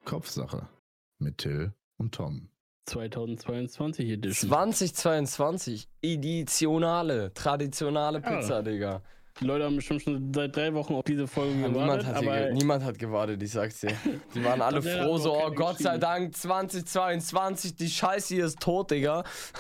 Kopfsache mit Till und Tom. 2022 Edition. 2022, editionale, traditionale Pizza, Digga. Die Leute haben bestimmt schon seit 3 Wochen auf diese Folge gewartet. Niemand hat gewartet, ich sag's dir. Die waren alle froh, so, oh Gott sei Dank, 2022, die Scheiße hier ist tot, Digga.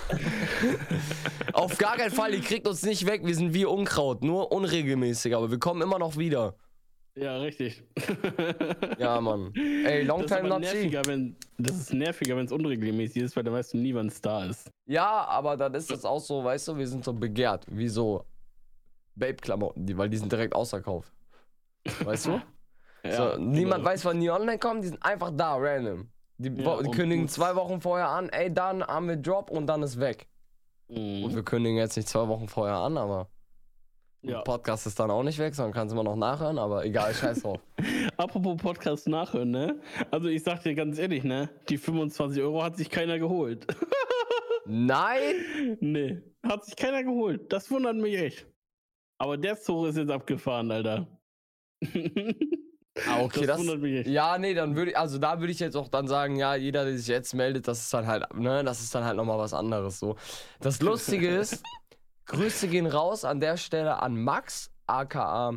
Auf gar keinen Fall, die kriegt uns nicht weg, wir sind wie Unkraut, nur unregelmäßig, aber wir kommen immer noch wieder. Ja, richtig. Ja, Mann. Ey, long time not see. Das ist nerviger, wenn es unregelmäßig ist, weil dann weißt du nie, wann es da ist. Ja, aber dann ist das auch so, weißt du, wir sind so begehrt, wie so Babe-Klamotten, weil die sind direkt ausverkauft. Weißt du? Ja, so, niemand weiß, wann die online kommen, die sind einfach da, random. Die kündigen 2 Wochen vorher an, ey, dann haben wir Drop und dann ist weg. Und wir kündigen jetzt nicht 2 Wochen vorher an, aber der Podcast ist dann auch nicht weg, sondern kannst immer noch nachhören, aber egal, scheiß drauf. Apropos Podcast nachhören, ne? Also ich sag dir ganz ehrlich, ne? Die 25 € hat sich keiner geholt. Nein? Nee, hat sich keiner geholt. Das wundert mich echt. Aber der Zug ist jetzt abgefahren, Alter. Ah, okay, das wundert mich echt. Ja, nee, dann würde ich, also da würde ich jetzt auch dann sagen, ja, jeder, der sich jetzt meldet, das ist dann halt, ne, das ist dann halt nochmal was anderes, so. Das Lustige ist, Grüße gehen raus an der Stelle an Max, aka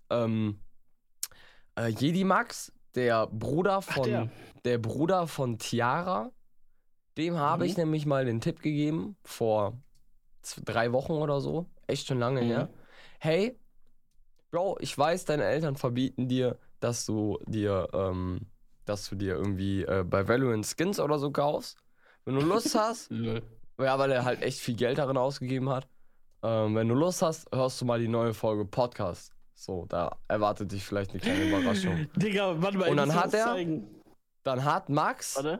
Jedi Max, der Bruder von Tiara. Dem habe ich nämlich mal den Tipp gegeben, vor 3 Wochen oder so, echt schon lange her. Hey, Bro, ich weiß, deine Eltern verbieten dir, dass du dir irgendwie bei Valorant Skins oder so kaufst. Wenn du Lust hast, ja, weil er halt echt viel Geld darin ausgegeben hat. Wenn du Lust hast, hörst du mal die neue Folge Podcast. So, da erwartet dich vielleicht eine kleine Überraschung. Digga, warte mal, und dann hat dann hat Max. Warte.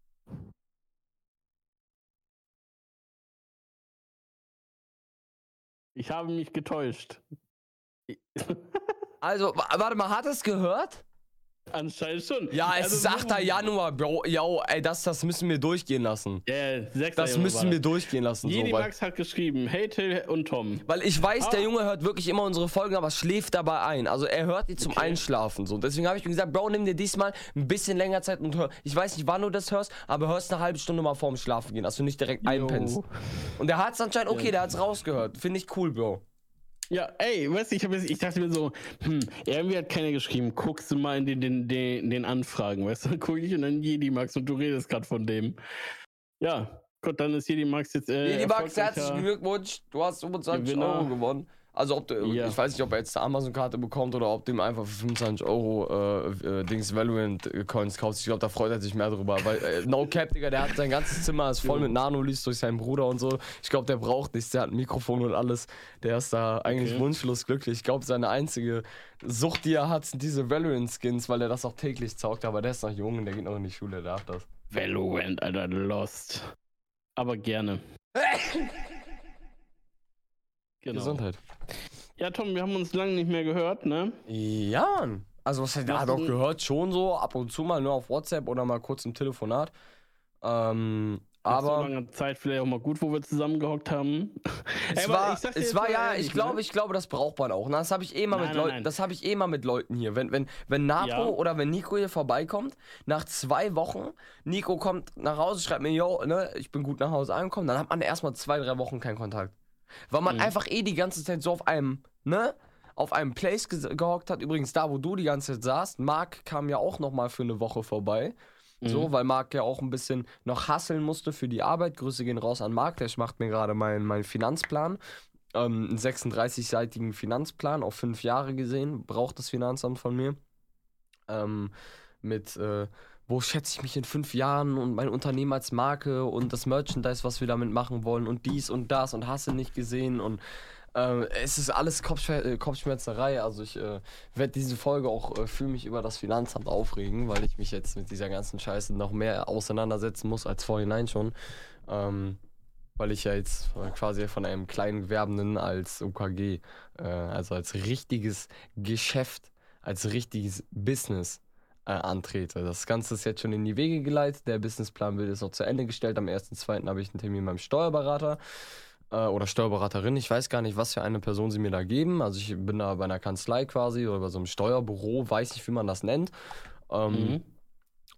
Ich habe mich getäuscht. Also, warte mal, hat es gehört? Anscheinend schon. Ja, es ist 8. Januar, Bro. Yo, ey, das müssen wir durchgehen lassen. Ja, 6. Das müssen wir durchgehen lassen. Jedi Max hat geschrieben, hey Till und Tom. Weil ich weiß, der Junge hört wirklich immer unsere Folgen, aber schläft dabei ein. Also er hört die zum Einschlafen. So. Deswegen habe ich ihm gesagt, Bro, nimm dir diesmal ein bisschen länger Zeit und hör. Ich weiß nicht, wann du das hörst, aber hörst eine halbe Stunde mal vorm Schlafen gehen, dass du nicht direkt einpennst. Und der hat es anscheinend, der hat es rausgehört. Finde ich cool, Bro. Ja, ey, weißt du, ich dachte mir so, irgendwie hat keiner geschrieben, guckst du mal in den Anfragen, weißt du, dann guck ich und dann Jedi Max und du redest gerade von dem. Ja, Gott, dann ist Jedi Max jetzt Jedi Max, herzlichen Glückwunsch, du hast 25 € gewonnen. Also ob du, ich weiß nicht, ob er jetzt eine Amazon-Karte bekommt oder ob du ihm einfach für 25 € Valorant-Coins kaufst. Ich glaube, da freut er sich mehr drüber, weil no cap, Digga, der hat sein ganzes Zimmer, ist voll mit Nanolis durch seinen Bruder und so. Ich glaube, der braucht nichts, der hat ein Mikrofon und alles. Der ist da eigentlich wunschlos glücklich. Ich glaube, seine einzige Sucht, die er hat, sind diese Valorant-Skins, weil er das auch täglich zockt, aber der ist noch jung und der geht noch in die Schule, der darf das. Valorant, Alter, lost. Aber gerne. Genau. Gesundheit. Ja, Tom, wir haben uns lange nicht mehr gehört, ne? Ja, also was hat er doch gehört, schon so, ab und zu mal nur auf WhatsApp oder mal kurz im Telefonat. Aber so lange Zeit vielleicht auch mal gut, wo wir zusammengehockt haben. Ich glaube, das braucht man auch. Das habe ich mal mit Leuten hier. Wenn Napo oder wenn Nico hier vorbeikommt, nach 2 Wochen, Nico kommt nach Hause, schreibt mir, yo, ne, ich bin gut nach Hause angekommen, dann hat man erstmal 2-3 Wochen keinen Kontakt. Weil man einfach die ganze Zeit so auf einem Place gehockt hat. Übrigens da, wo du die ganze Zeit saßt. Marc kam ja auch nochmal für eine Woche vorbei. So, weil Marc ja auch ein bisschen noch hustlen musste für die Arbeit. Grüße gehen raus an Marc, der macht mir gerade meinen Finanzplan. Einen 36-seitigen Finanzplan auf 5 Jahre gesehen. Braucht das Finanzamt von mir. Wo schätze ich mich in 5 Jahren und mein Unternehmen als Marke und das Merchandise, was wir damit machen wollen und dies und das und hast du nicht gesehen und es ist alles Kopfschmerzerei. Also ich werde diese Folge auch für mich über das Finanzamt aufregen, weil ich mich jetzt mit dieser ganzen Scheiße noch mehr auseinandersetzen muss als vorhinein schon. Weil ich ja jetzt quasi von einem kleinen Gewerbenden als UKG, also als richtiges Geschäft, als richtiges Business antrete. Das Ganze ist jetzt schon in die Wege geleitet. Der Businessplan wird jetzt noch zu Ende gestellt. Am 1.2. habe ich einen Termin beim Steuerberater oder Steuerberaterin. Ich weiß gar nicht, was für eine Person sie mir da geben. Also ich bin da bei einer Kanzlei quasi oder bei so einem Steuerbüro, weiß nicht, wie man das nennt.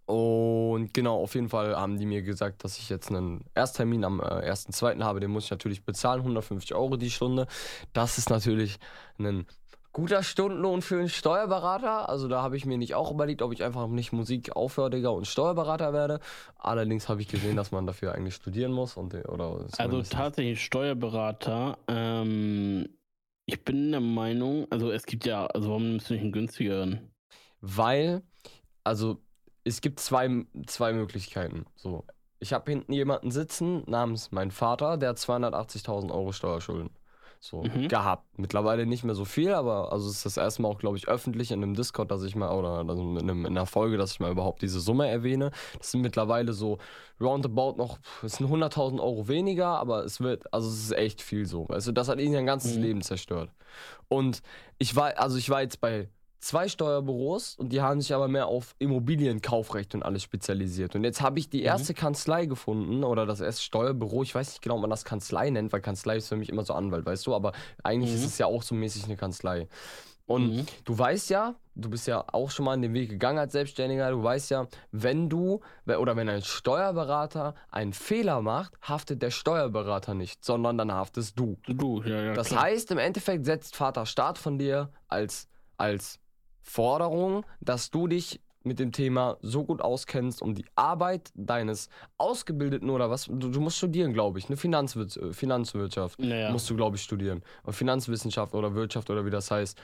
Und genau, auf jeden Fall haben die mir gesagt, dass ich jetzt einen Ersttermin am 1.2. habe. Den muss ich natürlich bezahlen, 150 Euro die Stunde. Das ist natürlich ein guter Stundenlohn für einen Steuerberater. Also da habe ich mir nicht auch überlegt, ob ich einfach nicht Musik aufhöre, Digga, und Steuerberater werde. Allerdings habe ich gesehen, dass man dafür eigentlich studieren muss. Also tatsächlich Steuerberater. Ich bin der Meinung, also es gibt ja, also warum nimmst du nicht einen günstigeren? Weil, also es gibt zwei Möglichkeiten. So, ich habe hinten jemanden sitzen namens mein Vater, der hat 280.000 Euro Steuerschulden. So, gehabt. Mittlerweile nicht mehr so viel, aber also es ist das erste Mal auch, glaube ich, öffentlich in einem Discord, dass ich mal, oder also in einer Folge, dass ich mal überhaupt diese Summe erwähne. Das sind mittlerweile so roundabout noch, es sind 100.000 Euro weniger, aber es ist echt viel so. Also das hat ihn sein ganzes Leben zerstört. Und ich war jetzt bei 2 Steuerbüros und die haben sich aber mehr auf Immobilienkaufrecht und alles spezialisiert. Und jetzt habe ich die erste Kanzlei gefunden oder das erste Steuerbüro. Ich weiß nicht genau, ob man das Kanzlei nennt, weil Kanzlei ist für mich immer so Anwalt, weißt du? Aber eigentlich ist es ja auch so mäßig eine Kanzlei. Und du weißt ja, du bist ja auch schon mal in den Weg gegangen als Selbstständiger, du weißt ja, wenn ein Steuerberater einen Fehler macht, haftet der Steuerberater nicht, sondern dann haftest du. Ja, das klar. heißt, im Endeffekt setzt Vater Staat von dir als Forderung, dass du dich mit dem Thema so gut auskennst, um die Arbeit deines Ausgebildeten oder was, du musst studieren, glaube ich, eine Finanzwirtschaft musst du, glaube ich, studieren. Oder Finanzwissenschaft oder Wirtschaft oder wie das heißt.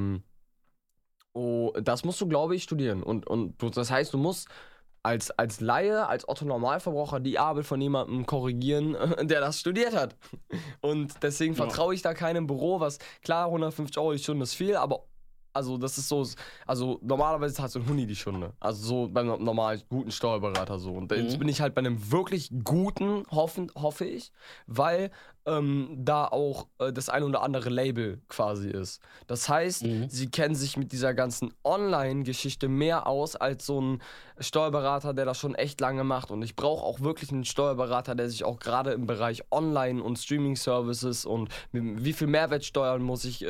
Das musst du, glaube ich, studieren. Das heißt, du musst als Laie, als Otto-Normalverbraucher die Arbeit von jemandem korrigieren, der das studiert hat. Und deswegen vertraue ich da keinem Büro, was, klar, 150 Euro die Stunde ist viel, aber also das ist so, also normalerweise hat so ein Huni die Stunde. Also so beim normal guten Steuerberater so. Und jetzt bin ich halt bei einem wirklich guten, hoffe ich, weil da auch das ein oder andere Label quasi ist. Das heißt, sie kennen sich mit dieser ganzen Online-Geschichte mehr aus als so ein Steuerberater, der das schon echt lange macht. Und ich brauche auch wirklich einen Steuerberater, der sich auch gerade im Bereich Online- und Streaming-Services und wie viel Mehrwertsteuern muss ich,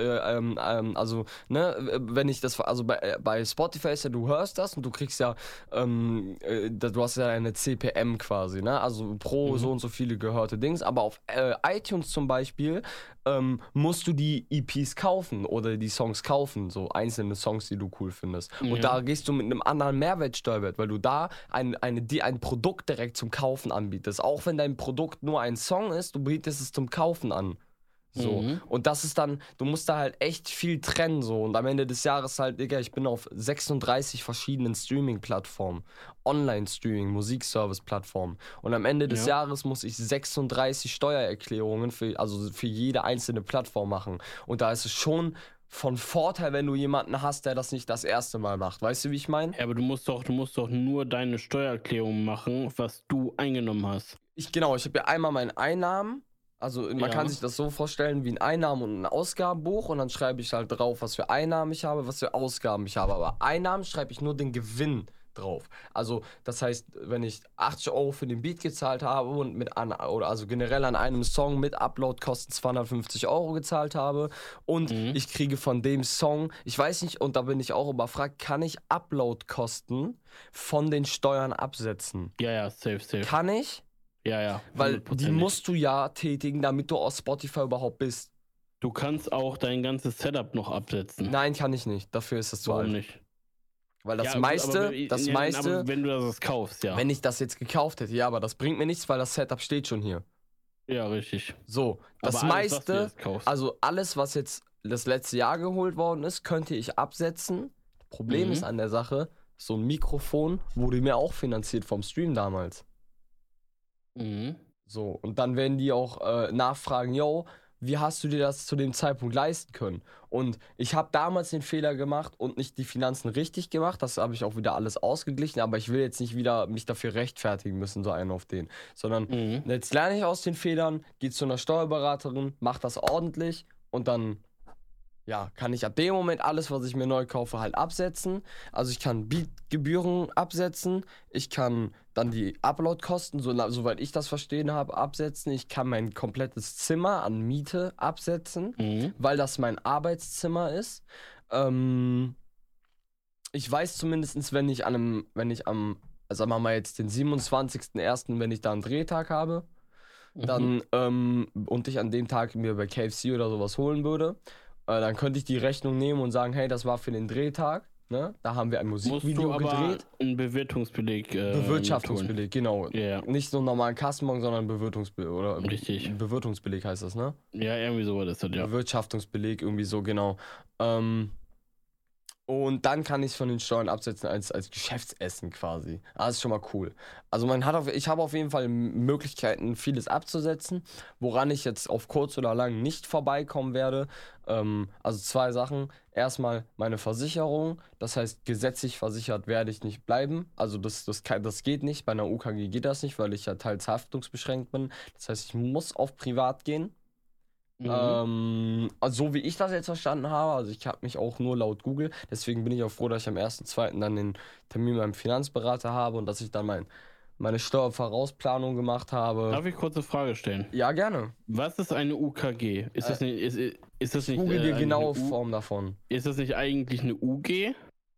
wenn ich das, also bei Spotify ist ja, du hörst das und du kriegst ja, du hast ja eine CPM quasi, ne? Also pro so und so viele gehörte Dings, aber auf iTunes zum Beispiel musst du die EPs kaufen oder die Songs kaufen, so einzelne Songs, die du cool findest. Und da gehst du mit einem anderen Mehrwertsteuerwert, weil du da ein Produkt direkt zum Kaufen anbietest. Auch wenn dein Produkt nur ein Song ist, du bietest es zum Kaufen an. So. Und das ist dann, du musst da halt echt viel trennen, so. Und am Ende des Jahres halt, Digga, ich bin auf 36 verschiedenen Streaming-Plattformen. Online-Streaming, Musikservice-Plattformen. Und am Ende des Jahres muss ich 36 Steuererklärungen für jede einzelne Plattform machen. Und da ist es schon von Vorteil, wenn du jemanden hast, der das nicht das erste Mal macht. Weißt du, wie ich meine? Ja, aber du musst doch nur deine Steuererklärung machen, was du eingenommen hast. Ich habe ja einmal meine Einnahmen. Also man kann sich das so vorstellen wie ein Einnahmen- und ein Ausgabenbuch und dann schreibe ich halt drauf, was für Einnahmen ich habe, was für Ausgaben ich habe. Aber Einnahmen schreibe ich nur den Gewinn drauf. Also das heißt, wenn ich 80 Euro für den Beat gezahlt habe und also generell an einem Song mit Uploadkosten 250 Euro gezahlt habe und ich kriege von dem Song, ich weiß nicht, und da bin ich auch überfragt, kann ich Uploadkosten von den Steuern absetzen? Ja, safe. Kann ich? Ja. Weil die musst du ja tätigen, damit du aus Spotify überhaupt bist. Du kannst auch dein ganzes Setup noch absetzen. Nein, kann ich nicht. Dafür ist es zu alt. Warum nicht? Weil das Ja, meiste, aber wenn du das kaufst, ja. wenn ich das jetzt gekauft hätte, ja, aber das bringt mir nichts, weil das Setup steht schon hier. Ja, richtig. So, das Aber alles, was meiste, du jetzt kaufst. also alles, was jetzt das letzte Jahr geholt worden ist, könnte ich absetzen. Problem ist an der Sache, so ein Mikrofon wurde mir auch finanziert vom Stream damals. So, und dann werden die auch nachfragen, yo, wie hast du dir das zu dem Zeitpunkt leisten können? Und ich habe damals den Fehler gemacht und nicht die Finanzen richtig gemacht, das habe ich auch wieder alles ausgeglichen, aber ich will jetzt nicht wieder mich dafür rechtfertigen müssen, so einen auf den. Sondern jetzt lerne ich aus den Fehlern, gehe zu einer Steuerberaterin, mach das ordentlich und dann kann ich ab dem Moment alles, was ich mir neu kaufe, halt absetzen. Also ich kann Beatgebühren absetzen, ich kann dann die Uploadkosten, soweit ich das verstehen habe, absetzen. Ich kann mein komplettes Zimmer an Miete absetzen, weil das mein Arbeitszimmer ist. Ich weiß zumindest, wenn ich am sagen wir mal jetzt den 27.01., wenn ich da einen Drehtag habe, dann und ich an dem Tag mir bei KFC oder sowas holen würde, dann könnte ich die Rechnung nehmen und sagen, hey, das war für den Drehtag, ne? Da haben wir ein Musikvideo gedreht. Ein Bewirtungsbeleg. Bewirtschaftungsbeleg, genau. Ja. Nicht so einen normalen Kassenbon, sondern Bewirtungsbeleg, oder? Richtig. Bewirtungsbeleg heißt das, ne? Ja, irgendwie so war das dann, ja. Bewirtschaftungsbeleg, irgendwie so, genau. Und dann kann ich es von den Steuern absetzen als Geschäftsessen quasi. Das ist schon mal cool. Also ich habe auf jeden Fall Möglichkeiten, vieles abzusetzen, woran ich jetzt auf kurz oder lang nicht vorbeikommen werde. Also 2 Sachen. Erstmal meine Versicherung, das heißt, gesetzlich versichert werde ich nicht bleiben. Also das geht nicht. Bei einer UKG geht das nicht, weil ich ja teils haftungsbeschränkt bin. Das heißt, ich muss auf privat gehen. Also so wie ich das jetzt verstanden habe, also ich habe mich auch nur laut Google, deswegen bin ich auch froh, dass ich am 1.2. dann den Termin beim Finanzberater habe und dass ich dann meine Steuervorausplanung gemacht habe. Darf ich kurz eine Frage stellen? Ja, gerne. Was ist eine UKG? Ist das nicht, ist das nicht Google die genaue Form davon. Ist das nicht eigentlich eine UG?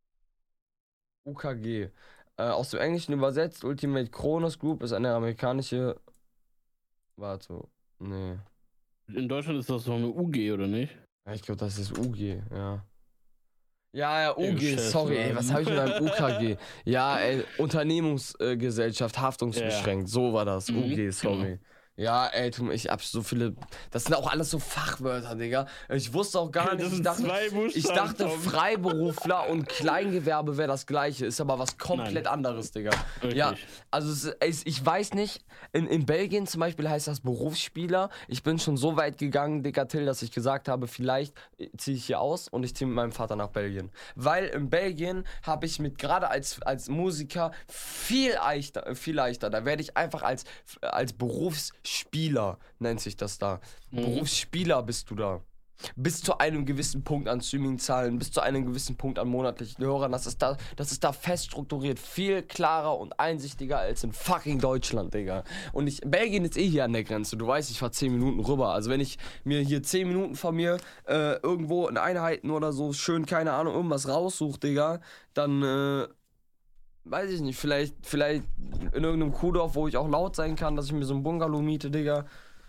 UKG. Aus dem Englischen übersetzt, Ultimate Kronos Group ist eine amerikanische... Warte, nee. In Deutschland ist das doch eine UG, oder nicht? Ja, ich glaube, das ist UG, ja. Ja, UG, Scheiße, sorry, ey, Mann. was habe ich mit einem UKG? Ja, ey, Unternehmensgesellschaft, haftungsbeschränkt, so war das, UG, sorry. Ja, ey, ich hab so viele, das sind auch alles so Fachwörter, Digga. Ich wusste auch gar nicht, ich dachte Freiberufler und Kleingewerbe wäre das gleiche, ist aber was komplett anderes, Digga. Wirklich? Ja, also ich weiß nicht, in Belgien zum Beispiel heißt das Berufsspieler. Ich bin schon so weit gegangen, Digga, Till, dass ich gesagt habe, vielleicht ziehe ich hier aus und ich ziehe mit meinem Vater nach Belgien. Weil in Belgien habe ich gerade als Musiker viel leichter, da werde ich einfach als Berufsspieler, nennt sich das da. Berufsspieler bist du da. Bis zu einem gewissen Punkt an Streaming-Zahlen, bis zu einem gewissen Punkt an monatlichen Hörern. Das ist da fest strukturiert. Viel klarer und einsichtiger als in fucking Deutschland, Digga. Und Belgien ist hier an der Grenze. Du weißt, ich fahr 10 Minuten rüber. Also wenn ich mir hier 10 Minuten von mir irgendwo in Einheiten oder so schön, keine Ahnung, irgendwas raussuche, Digga, dann weiß ich nicht, vielleicht in irgendeinem Kuhdorf, wo ich auch laut sein kann, dass ich mir so ein Bungalow miete, Digga.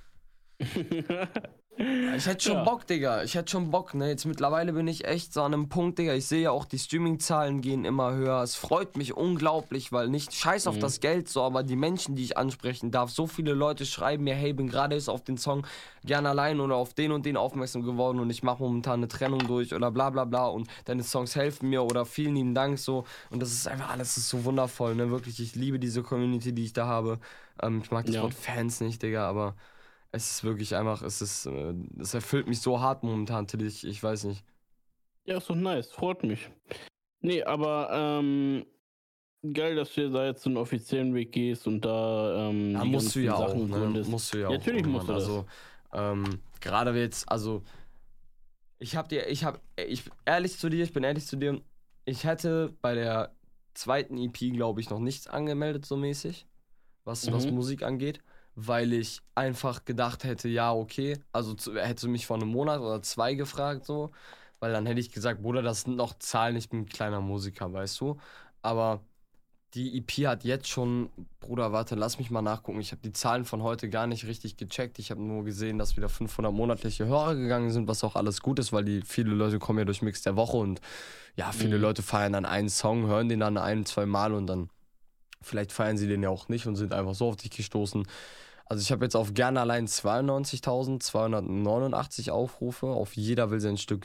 Ich hätte schon Bock, Digga. Ne? Jetzt mittlerweile bin ich echt so an einem Punkt, Digga. Ich sehe ja auch, die Streaming-Zahlen gehen immer höher. Es freut mich unglaublich, weil nicht scheiß auf das Geld so, aber die Menschen, die ich ansprechen darf, so viele Leute schreiben mir, hey, bin gerade jetzt auf den Song Gern allein oder auf den und den aufmerksam geworden und ich mache momentan eine Trennung durch oder bla bla bla und deine Songs helfen mir oder vielen lieben Dank so. Und das ist einfach alles, ist so wundervoll, ne? Wirklich, ich liebe diese Community, die ich da habe. Ich mag das Wort Fans nicht, Digga, aber es ist wirklich einfach, es erfüllt mich so hart momentan, Till, ich weiß nicht. Ja, ist doch nice, freut mich. Nee, aber geil, dass du da jetzt so einen offiziellen Weg gehst und da ja, musst du ja Sachen auch, ne? Musst du ja auch. Natürlich musst du das. Also, gerade jetzt, also, ich bin ehrlich zu dir, ich hätte bei der zweiten EP, glaube ich, noch nichts angemeldet, so mäßig, was Musik angeht. Weil ich einfach gedacht hätte, ja, okay, also hättest du mich vor einem Monat oder 2 gefragt, so, weil dann hätte ich gesagt, Bruder, das sind noch Zahlen, ich bin ein kleiner Musiker, weißt du, aber die EP hat jetzt schon, Bruder, warte, lass mich mal nachgucken, ich habe die Zahlen von heute gar nicht richtig gecheckt, ich habe nur gesehen, dass wieder 500 monatliche Hörer gegangen sind, was auch alles gut ist, weil viele Leute kommen ja durch Mix der Woche und ja, viele Leute feiern dann einen Song, hören den dann 1-2 Mal und dann vielleicht feiern sie den ja auch nicht und sind einfach so auf dich gestoßen. Also ich habe jetzt auf Gern allein 92.289 Aufrufe, auf Jeder will sein Stück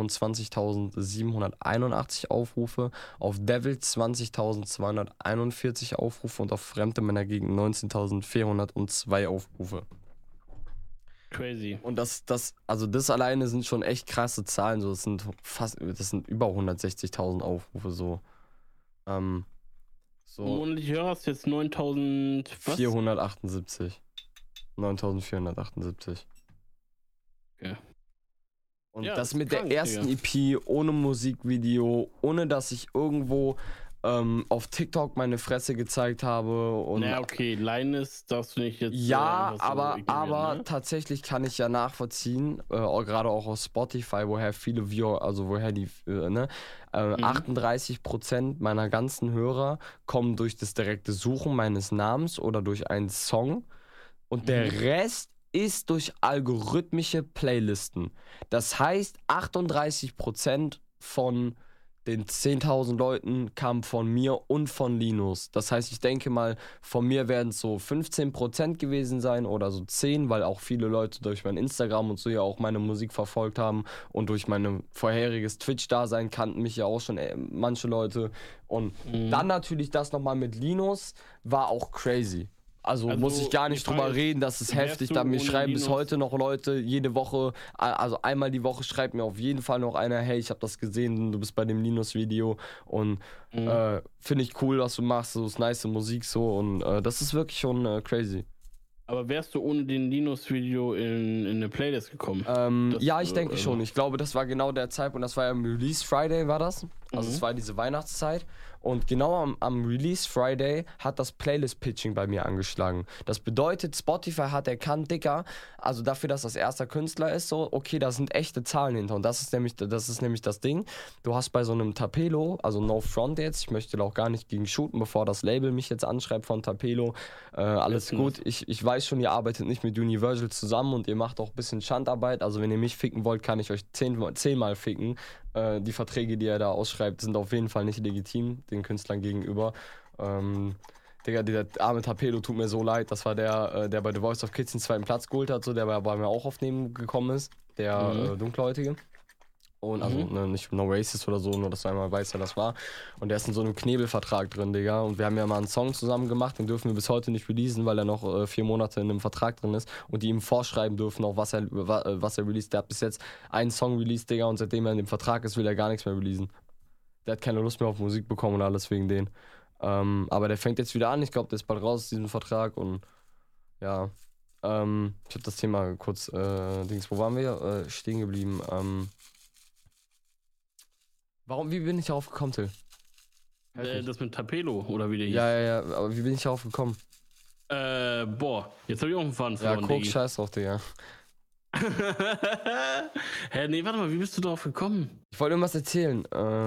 27.781 Aufrufe, auf Devil 20.241 Aufrufe und auf Fremde Männer gegen 19.402 Aufrufe. Crazy. Und das alleine sind schon echt krasse Zahlen, so das sind über 160.000 Aufrufe so. Monatliche Hörer hast du jetzt 9.478. 9.478. Okay. Und ja, das mit krank, der ersten EP, ohne Musikvideo, ohne dass ich irgendwo auf TikTok meine Fresse gezeigt habe. Und naja, okay, Linus darfst du nicht jetzt. ja, einfach so aber ignorieren, ne? tatsächlich kann ich ja nachvollziehen, gerade auch auf Spotify, woher viele Viewer, also woher die, 38% meiner ganzen Hörer kommen durch das direkte Suchen meines Namens oder durch einen Song und der Rest ist durch algorithmische Playlisten. Das heißt, 38% von den 10.000 Leuten kamen von mir und von Linus. Das heißt, ich denke mal, von mir werden es so 15% gewesen sein oder so 10, weil auch viele Leute durch mein Instagram und so ja auch meine Musik verfolgt haben und durch mein vorheriges Twitch-Dasein kannten mich ja auch schon manche Leute. Und dann natürlich das nochmal mit Linus war auch crazy. Also muss ich gar nicht drüber reden, das ist heftig. Da mir schreiben bis heute noch Leute, jede Woche, also einmal die Woche schreibt mir auf jeden Fall noch einer, hey, ich habe das gesehen, du bist bei dem Linus-Video und finde ich cool, was du machst, so ist nice Musik so und das ist wirklich schon crazy. Aber wärst du ohne den Linus-Video in eine Playlist gekommen? Ja, ich denke schon. Ich glaube, das war genau der Zeitpunkt, das war ja am Release Friday, war das? Also es war diese Weihnachtszeit. Und genau am Release Friday hat das Playlist-Pitching bei mir angeschlagen. Das bedeutet, Spotify hat erkannt, Dicker, also dafür, dass das erster Künstler ist, so, okay, da sind echte Zahlen hinter. Und das ist nämlich das Ding. Du hast bei so einem Tapelo, also No Front jetzt, ich möchte da auch gar nicht gegen shooten, bevor das Label mich jetzt anschreibt von Tapelo. Alles gut. Ich weiß schon, ihr arbeitet nicht mit Universal zusammen und ihr macht auch ein bisschen Schandarbeit. Also wenn ihr mich ficken wollt, kann ich euch 10-mal ficken. Die Verträge, die er da ausschreibt, sind auf jeden Fall nicht legitim den Künstlern gegenüber. Digga, der arme Tapelo tut mir so leid. Das war der bei The Voice of Kids den zweiten Platz geholt hat, so, der bei mir auch aufnehmen gekommen ist, der Dunkelhäutige. Und also nicht No Racist oder so, nur dass du einmal weißt, wer das war. Und der ist in so einem Knebelvertrag drin, Digga. Und wir haben ja mal einen Song zusammen gemacht, den dürfen wir bis heute nicht releasen, weil er noch 4 Monate in einem Vertrag drin ist. Und die ihm vorschreiben dürfen, auch was er released. Der hat bis jetzt einen Song released, Digga. Und seitdem er in dem Vertrag ist, will er gar nichts mehr releasen. Der hat keine Lust mehr auf Musik bekommen und alles wegen denen. Aber der fängt jetzt wieder an. Ich glaube, der ist bald raus aus diesem Vertrag. Und ja, ich habe das Thema kurz, wo waren wir? Stehen geblieben. Wie bin ich darauf gekommen, Till? Das mit Tapelo, oder wie der hieß? Ja, aber wie bin ich darauf gekommen? Jetzt habe ich auch einen Faden verloren. Ja, guck, scheiß drauf, Digga. Hä, nee, warte mal, wie bist du darauf gekommen? Ich wollte irgendwas erzählen.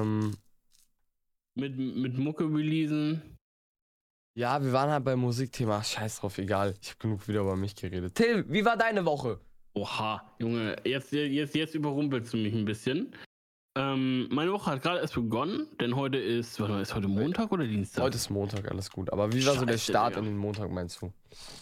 Mit Mucke releasen? Ja, wir waren halt beim Musikthema. Ach, scheiß drauf, egal. Ich habe genug wieder über mich geredet. Till, wie war deine Woche? Oha, Junge, jetzt überrumpelst du mich ein bisschen. Meine Woche hat gerade erst begonnen, denn heute ist heute Montag oder Dienstag? Heute ist Montag, alles gut. Aber wie war so der Start in den Montag, meinst du?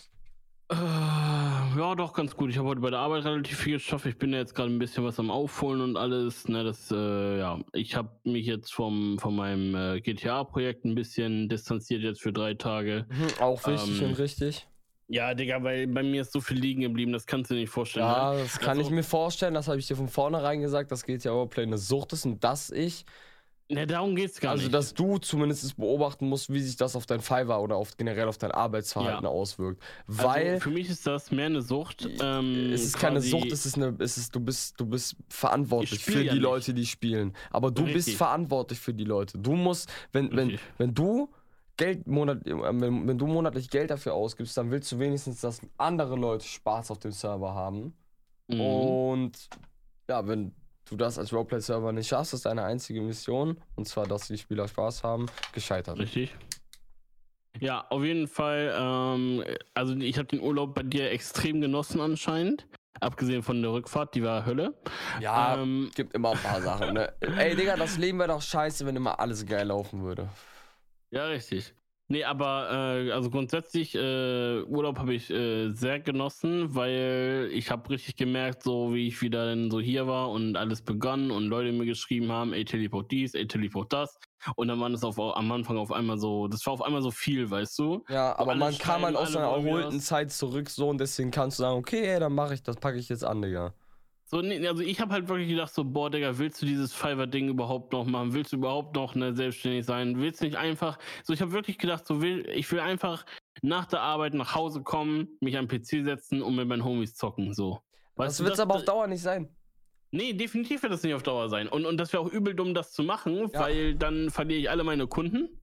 Ja, doch, ganz gut. Ich habe heute bei der Arbeit relativ viel geschafft. Ich bin ja jetzt gerade ein bisschen was am Aufholen und alles. Ne, ich habe mich jetzt von meinem GTA-Projekt ein bisschen distanziert jetzt für 3 Tage. Auch wichtig und richtig. Ja, Digga, weil bei mir ist so viel liegen geblieben, das kannst du dir nicht vorstellen. Ja, ne? das kann ich mir vorstellen, das habe ich dir von vornherein gesagt, dass GTA Overplay eine Sucht ist und dass ich... Ne, darum geht's gar nicht. Also, dass du zumindest beobachten musst, wie sich das auf dein Fiverr oder generell auf dein Arbeitsverhalten auswirkt. Weil... Also für mich ist das mehr eine Sucht. Es ist keine Sucht, du bist verantwortlich für die Leute, die spielen. Aber du bist verantwortlich für die Leute. Du musst, wenn du... wenn du monatlich Geld dafür ausgibst, dann willst du wenigstens, dass andere Leute Spaß auf dem Server haben. Und ja, wenn du das als Roleplay-Server nicht schaffst, ist deine einzige Mission, und zwar, dass die Spieler Spaß haben, gescheitert. Richtig. Ja, auf jeden Fall, also ich habe den Urlaub bei dir extrem genossen anscheinend. Abgesehen von der Rückfahrt, die war Hölle. Ja, gibt immer ein paar Sachen, ne? Ey, Digga, das Leben wäre doch scheiße, wenn immer alles geil laufen würde. Ja, richtig. Nee, aber also grundsätzlich Urlaub habe ich sehr genossen, weil ich habe richtig gemerkt, so wie ich wieder dann so hier war und alles begann und Leute mir geschrieben haben, ey, teleport dies, ey, teleport das. Und dann war das am Anfang auf einmal so, das war auf einmal so viel, weißt du? Ja, aber man kam halt aus einer erholten Zeit zurück so und deswegen kannst du sagen, okay, ey, dann mache ich das, packe ich jetzt an, Digga. So, nee, also ich habe halt wirklich gedacht so, boah, Digga, willst du dieses Fiverr-Ding überhaupt noch machen? Willst du überhaupt noch selbstständig sein? Willst du nicht einfach, so ich habe wirklich gedacht, so ich will einfach nach der Arbeit nach Hause kommen, mich am PC setzen und mit meinen Homies zocken, so. Das wird es aber auf Dauer nicht sein. Nee, definitiv wird das nicht auf Dauer sein. Und das wäre auch übel dumm, das zu machen, weil dann verliere ich alle meine Kunden.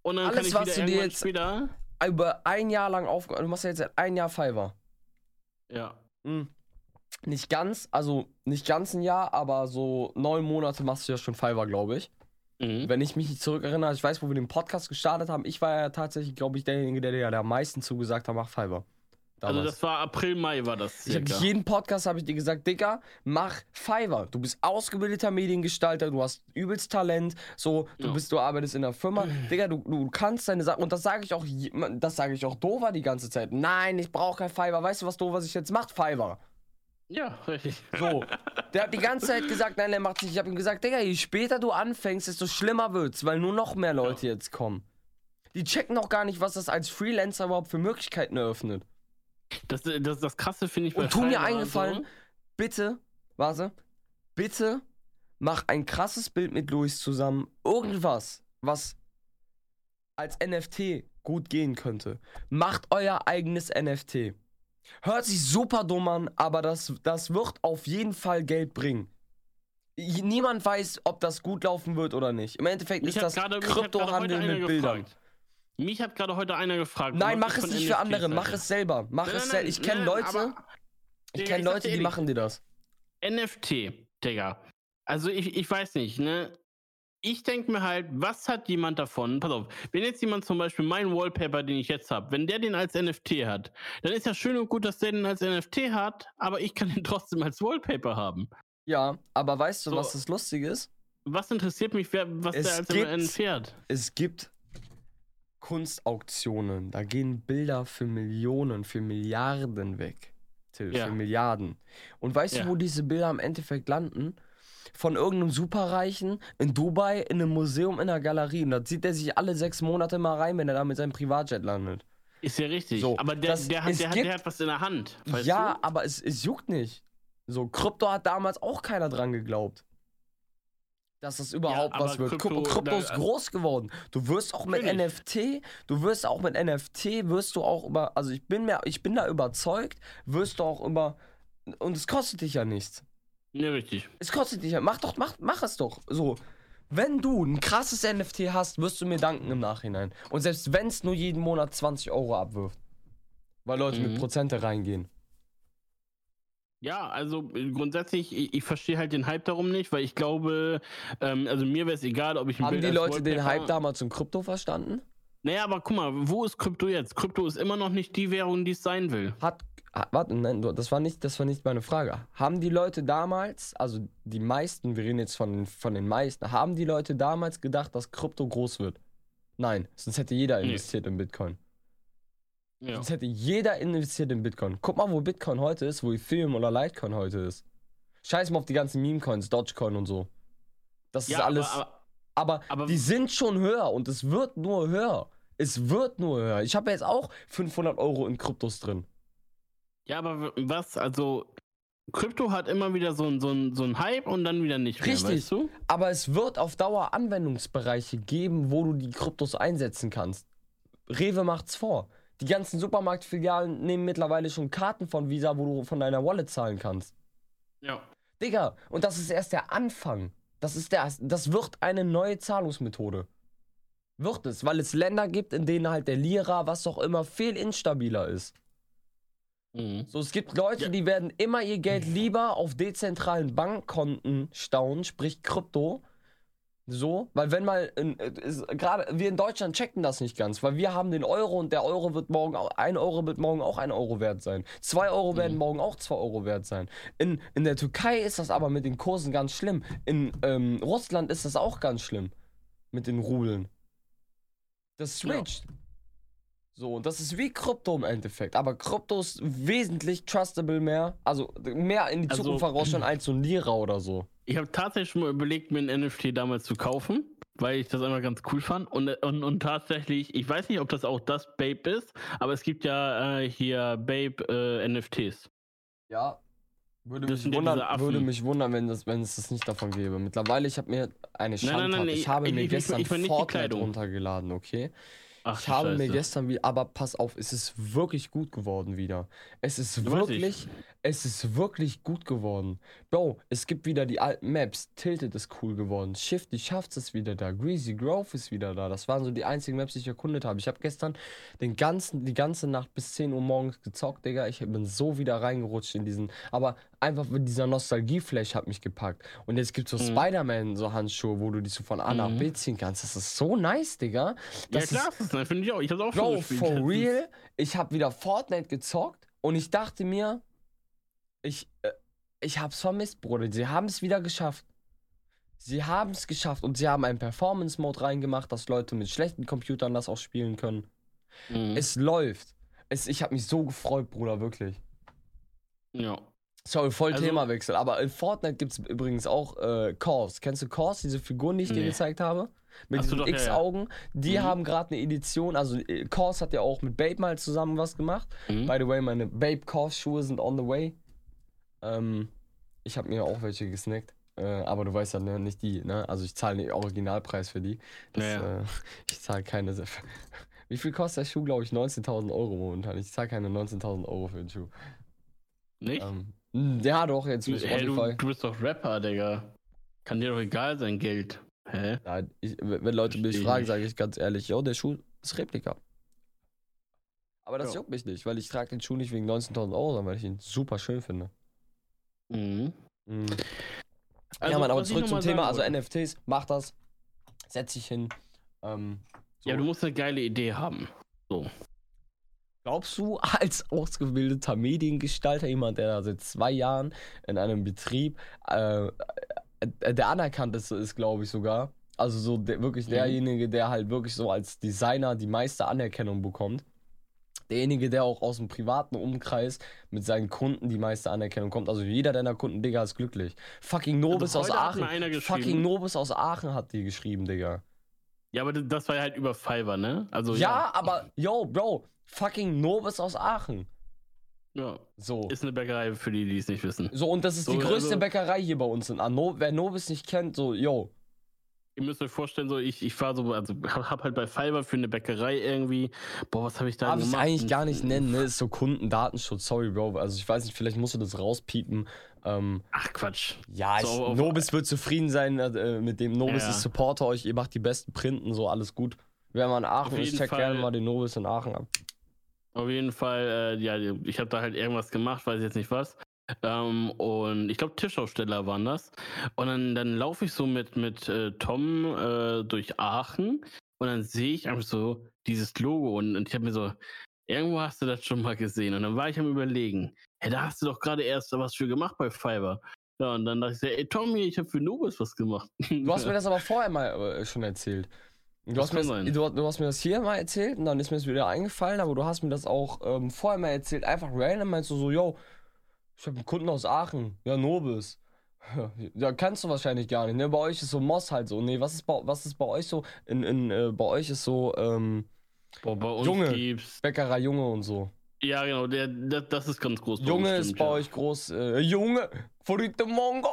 Und dann Alles, kann ich was wieder du dir irgendwann jetzt- später... Über ein Jahr lang du machst ja jetzt seit ein Jahr Fiverr. Ja. Nicht ganz ein Jahr, aber so 9 Monate machst du ja schon Fiverr, glaube ich. Mhm. Wenn ich mich nicht zurückerinnere, ich weiß, wo wir den Podcast gestartet haben, ich war ja tatsächlich, glaube ich, derjenige, der dir am meisten zugesagt hat, mach Fiverr. Also Damals. das war April, Mai war das Ich habe circa. jeden Podcast habe ich dir gesagt, Digga, mach Fiverr. Du bist ausgebildeter Mediengestalter, du hast übelst Talent, so, Ja. du arbeitest in der Firma, Digga, du kannst deine Sachen, und das sage ich auch Dover die ganze Zeit. Nein, ich brauche kein Fiverr. Weißt du, was Dover sich jetzt macht? Fiverr. Ja, richtig. So, der hat die ganze Zeit gesagt, nein, der macht sich. Ich habe ihm gesagt, Digga, je später du anfängst, desto schlimmer wird's, weil nur noch mehr Leute jetzt kommen. Die checken auch gar nicht, was das als Freelancer überhaupt für Möglichkeiten eröffnet. Das Krasse finde ich bei Und tu mir Fiverr eingefallen, so, bitte mach ein krasses Bild mit Luis zusammen. Irgendwas, was als NFT gut gehen könnte. Macht euer eigenes NFT. Hört sich super dumm an, aber das wird auf jeden Fall Geld bringen. Niemand weiß, ob das gut laufen wird oder nicht. Im Endeffekt ist das Kryptohandel mit Bildern. Mich hat gerade heute einer gefragt. Nein, was mach ich es von nicht für NFTs andere, mach halte. es selber. Ich kenne nein, Leute, aber- ich Digga, kenne ich sag Leute, dir die ehrlich, machen dir das. NFT, Digga. Also ich weiß nicht, ne? Ich denke mir halt, was hat jemand davon? Pass auf, wenn jetzt jemand zum Beispiel meinen Wallpaper, den ich jetzt habe, wenn der den als NFT hat, dann ist ja schön und gut, dass der den als NFT hat, aber ich kann den trotzdem als Wallpaper haben. Ja, aber weißt du, So. was das Lustige ist? Was interessiert mich, was Es der als gibt- NFT hat? Es gibt Kunstauktionen, da gehen Bilder für Millionen, für Milliarden weg. Till, Ja. für Milliarden. Und weißt Ja. du, wo diese Bilder im Endeffekt landen? Von irgendeinem Superreichen in Dubai, in einem Museum, in einer Galerie. Und da zieht er sich alle 6 Monate mal rein, wenn er da mit seinem Privatjet landet. Ist ja richtig. So, aber der es hat was in der Hand. Weißt Ja, du? aber es juckt nicht. So, Krypto hat damals auch keiner dran geglaubt. Dass das überhaupt aber was wird. Krypto, Krypto ist groß geworden. Du wirst auch mit Natürlich. wirst du auch über, also ich bin da überzeugt, wirst du auch über, und es kostet dich ja nichts. Ja, richtig. Es kostet dich ja, mach es doch. So, wenn du ein krasses NFT hast, wirst du mir danken im Nachhinein. Und selbst wenn es nur jeden Monat 20 Euro abwirft. Weil Leute mit Prozente reingehen. Ja, also grundsätzlich, ich verstehe halt den Hype darum nicht, weil ich glaube, also mir wäre es egal, ob ich ein Haben Bild die als Leute den Wallpaper- Hype damals zum Krypto verstanden? Naja, aber guck mal, wo ist Krypto jetzt? Krypto ist immer noch nicht die Währung, die es sein will. Warte, nein, das war nicht meine Frage. Haben die Leute damals, also die meisten, wir reden jetzt von den meisten, haben die Leute damals gedacht, dass Krypto groß wird? Nein, sonst hätte jeder Nee. investiert in Bitcoin. Ja. Sonst hätte jeder investiert in Bitcoin. Guck mal, wo Bitcoin heute ist, wo Ethereum oder Litecoin heute ist. Scheiß mal auf die ganzen Meme-Coins, Dogecoin und so. Das ist alles. Aber die sind schon höher und es wird nur höher. Es wird nur höher. Ich habe jetzt auch 500 Euro in Kryptos drin. Ja, aber was, also Krypto hat immer wieder so ein Hype und dann wieder nicht mehr, Richtig. weißt du? Aber es wird auf Dauer Anwendungsbereiche geben, wo du die Kryptos einsetzen kannst. Rewe macht's vor. Die ganzen Supermarktfilialen nehmen mittlerweile schon Karten von Visa, wo du von deiner Wallet zahlen kannst. Ja. Digga, und das ist erst der Anfang. Das wird eine neue Zahlungsmethode. Wird es, weil es Länder gibt, in denen halt der Lira, was auch immer, viel instabiler ist. Mhm. So, es gibt Leute, die werden immer ihr Geld lieber auf dezentralen Bankkonten stauen, sprich Krypto. So, weil wenn mal, gerade wir in Deutschland checken das nicht ganz, weil wir haben den Euro und der Euro wird morgen, 1 Euro wird morgen auch 1 Euro wert sein. 2 Euro werden morgen auch 2 Euro wert sein. In der Türkei ist das aber mit den Kursen ganz schlimm. In Russland ist das auch ganz schlimm. Mit den Rubeln. Das switcht. So, und das ist wie Krypto im Endeffekt. Aber Krypto ist wesentlich trustable mehr. Also mehr in die Zukunft vorausschauen als so ein Lira oder so. Ich habe tatsächlich schon mal überlegt, mir ein NFT damals zu kaufen, weil ich das einfach ganz cool fand. Und tatsächlich, ich weiß nicht, ob das auch das Babe ist, aber es gibt ja hier Babe NFTs. Ja. Würde Das mich sind ja diese Affen. wundern, wenn es das nicht davon gäbe. Mittlerweile, ich habe mir eine Nein, Schandtat. Ich habe mir gestern ich meine nicht die Fortnite Kleidung. runtergeladen, okay? Ach, Ich habe mir Scheiße. gestern aber pass auf, es ist wirklich gut geworden wieder. Es ist Weiß wirklich, Es ist wirklich gut geworden. Bro, es gibt wieder die alten Maps. Tilted ist cool geworden. Shifty schafft es wieder da. Greasy Grove ist wieder da. Das waren so die einzigen Maps, die ich erkundet habe. Ich habe gestern die ganze Nacht bis 10 Uhr morgens gezockt, Digga. Ich bin so wieder reingerutscht in diesen. Aber einfach mit dieser Nostalgie-Flash hat mich gepackt. Und jetzt gibt es so Spider-Man, so Handschuhe, wo du die so von A nach B ziehen kannst. Das ist so nice, Digga. Das ja, klar, finde ich auch. Ich hab's auch Bro, schon gespielt. For real, ich habe wieder Fortnite gezockt und ich dachte mir, ich hab's vermisst, Bruder. Sie haben es wieder geschafft. Sie haben es geschafft und sie haben einen Performance-Mode reingemacht, dass Leute mit schlechten Computern das auch spielen können. Es läuft. Ich habe mich so gefreut, Bruder, wirklich. Ja. Sorry, voll Themawechsel. Aber in Fortnite gibt es übrigens auch Cores. Kennst du Cores, diese Figuren, die ich dir gezeigt habe? Mit diesen X-Augen. Die haben gerade eine Edition. Also Cores hat ja auch mit Babe mal zusammen was gemacht. By the way, meine Babe Cores-Schuhe sind on the way. Ich habe mir auch welche gesnackt. Aber du weißt ja, ne, nicht die, ne? Also ich zahle den Originalpreis für die. Ich zahle keine. Wie viel kostet der Schuh, glaube ich? 19.000 Euro momentan. Ich zahle keine 19.000 Euro für den Schuh. Nicht? Ja, doch, jetzt mit Spotify. Du bist doch Rapper, Digga. Kann dir doch egal sein, Geld. Hä? Ja, wenn Leute mich fragen, sage ich ganz ehrlich, yo, der Schuh ist Replika. Aber das juckt mich nicht, weil ich trage den Schuh nicht wegen 19.000 Euro, sondern weil ich ihn super schön finde. Also, ja, Mann, aber zurück zum Thema, also NFTs, mach das, setz dich hin. So. Ja, du musst eine geile Idee haben. So. Glaubst du, als ausgebildeter Mediengestalter, jemand, der da seit 2 Jahren in einem Betrieb, der anerkannt ist, glaube ich sogar, also so wirklich derjenige, der halt wirklich so als Designer die meiste Anerkennung bekommt, derjenige, der auch aus dem privaten Umkreis mit seinen Kunden die meiste Anerkennung kommt. Also jeder deiner Kunden, Digga, ist glücklich. Fucking Nobis aus Aachen. Fucking Nobis aus Aachen hat die geschrieben, Digga. Ja, aber das war ja halt über Fiverr, ne? Also, ja, aber, yo, Bro, fucking Nobis aus Aachen. Ja. So. Ist eine Bäckerei für die es nicht wissen. So, und das ist die größte Bäckerei hier bei uns in Aachen. Wer Nobis nicht kennt, so, yo. Ihr müsst euch vorstellen, so ich war so, also hab halt bei Fiverr für eine Bäckerei irgendwie, was habe ich da gemacht? Darf ich eigentlich gar nicht nennen, ne? Ist so Kundendatenschutz, sorry, Bro. Also ich weiß nicht, vielleicht musst du das rauspiepen. Ach, Quatsch. Ja, so, Nobis wird zufrieden sein mit dem. Nobis ist Supporter euch, ihr macht die besten Printen, so, alles gut. Wer mal in Aachen ist, check gerne mal den Nobis in Aachen ab. Auf jeden Fall, ich habe da halt irgendwas gemacht, weiß jetzt nicht was. Und ich glaube, Tischaussteller waren das. Und dann laufe ich so mit Tom durch Aachen und dann sehe ich einfach so dieses Logo und ich habe mir so, irgendwo hast du das schon mal gesehen. Und dann war ich am Überlegen, hey, da hast du doch gerade erst was für gemacht bei Fiverr. Ja, und dann dachte ich so, ey Tom, ich habe für Nobis was gemacht. Du hast mir das aber vorher mal schon erzählt. Du hast mir das hier mal erzählt und dann ist mir das wieder eingefallen, aber du hast mir das auch vorher mal erzählt. Einfach random meinst du so, yo, ich habe einen Kunden aus Aachen. Ja, Nobis. Ja, kannst du wahrscheinlich gar nicht, ne? Bei euch ist so Moss halt so. Nee, was ist bei euch so? Bei euch ist so, bei uns Junge, gibt's Bäckerei Junge und so. Ja, genau, das ist ganz groß. Junge ist bei euch groß. Junge, Frite Mongo.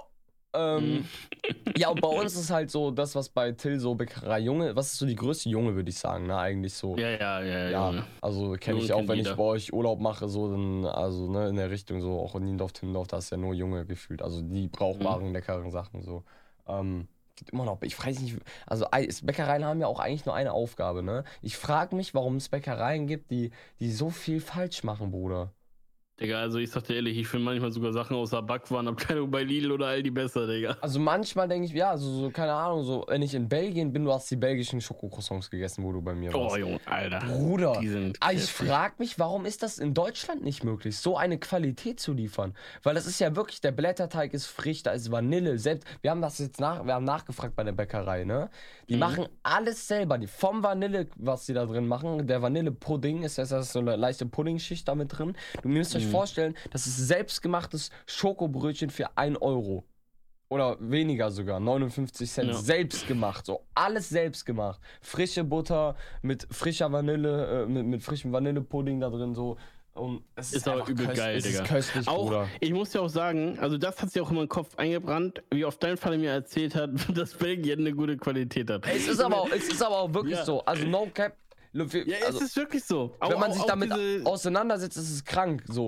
Ja, und bei uns ist halt so, das, was bei Till so Bäckerei Junge, was ist so die größte Junge, würde ich sagen, ne, eigentlich so. Ja. Also kenne ich auch, wenn ich bei euch Urlaub mache, so, dann, also, ne, in der Richtung, so, auch in Niendorf, Timmendorf, da ist ja nur Junge gefühlt, also die brauchbaren, leckeren Sachen, so. Gibt immer noch, ich weiß nicht, also Bäckereien haben ja auch eigentlich nur eine Aufgabe, ne. Ich frage mich, warum es Bäckereien gibt, die so viel falsch machen, Bruder. Digga, also ich sag dir ehrlich, ich finde manchmal sogar Sachen aus der Backwarenabteilung bei Lidl oder Aldi besser, Digga. Also manchmal denke ich, ja, so, keine Ahnung, so, wenn ich in Belgien bin, du hast die belgischen Schokocroissants gegessen, wo du bei mir warst. Oh, Junge, Alter. Bruder, ich frag mich, warum ist das in Deutschland nicht möglich, so eine Qualität zu liefern? Weil das ist ja wirklich, der Blätterteig ist frisch, da ist Vanille, selbst, wir haben nachgefragt bei der Bäckerei, ne? Die machen alles selber, vom Vanille, was sie da drin machen, der Vanillepudding, ist so eine leichte Puddingschicht da mit drin. Du müsst euch vorstellen, das ist selbstgemachtes Schokobrötchen für 1 Euro. Oder weniger sogar, 59 Cent. Ja. Selbst gemacht, so alles selbst gemacht. Frische Butter mit frischer Vanille, mit frischem Vanillepudding da drin, so. Und es ist aber übel geil, Digga. Es ist köstlich, auch, Bruder. Ich muss ja auch sagen, also das hat sich auch in meinen Kopf eingebrannt, wie oft dein Vater mir erzählt hat, dass Belgien eine gute Qualität hat. Es ist aber auch wirklich so. Also no cap. Ja, es ist wirklich so. Wenn man sich damit auseinandersetzt, ist es krank, so.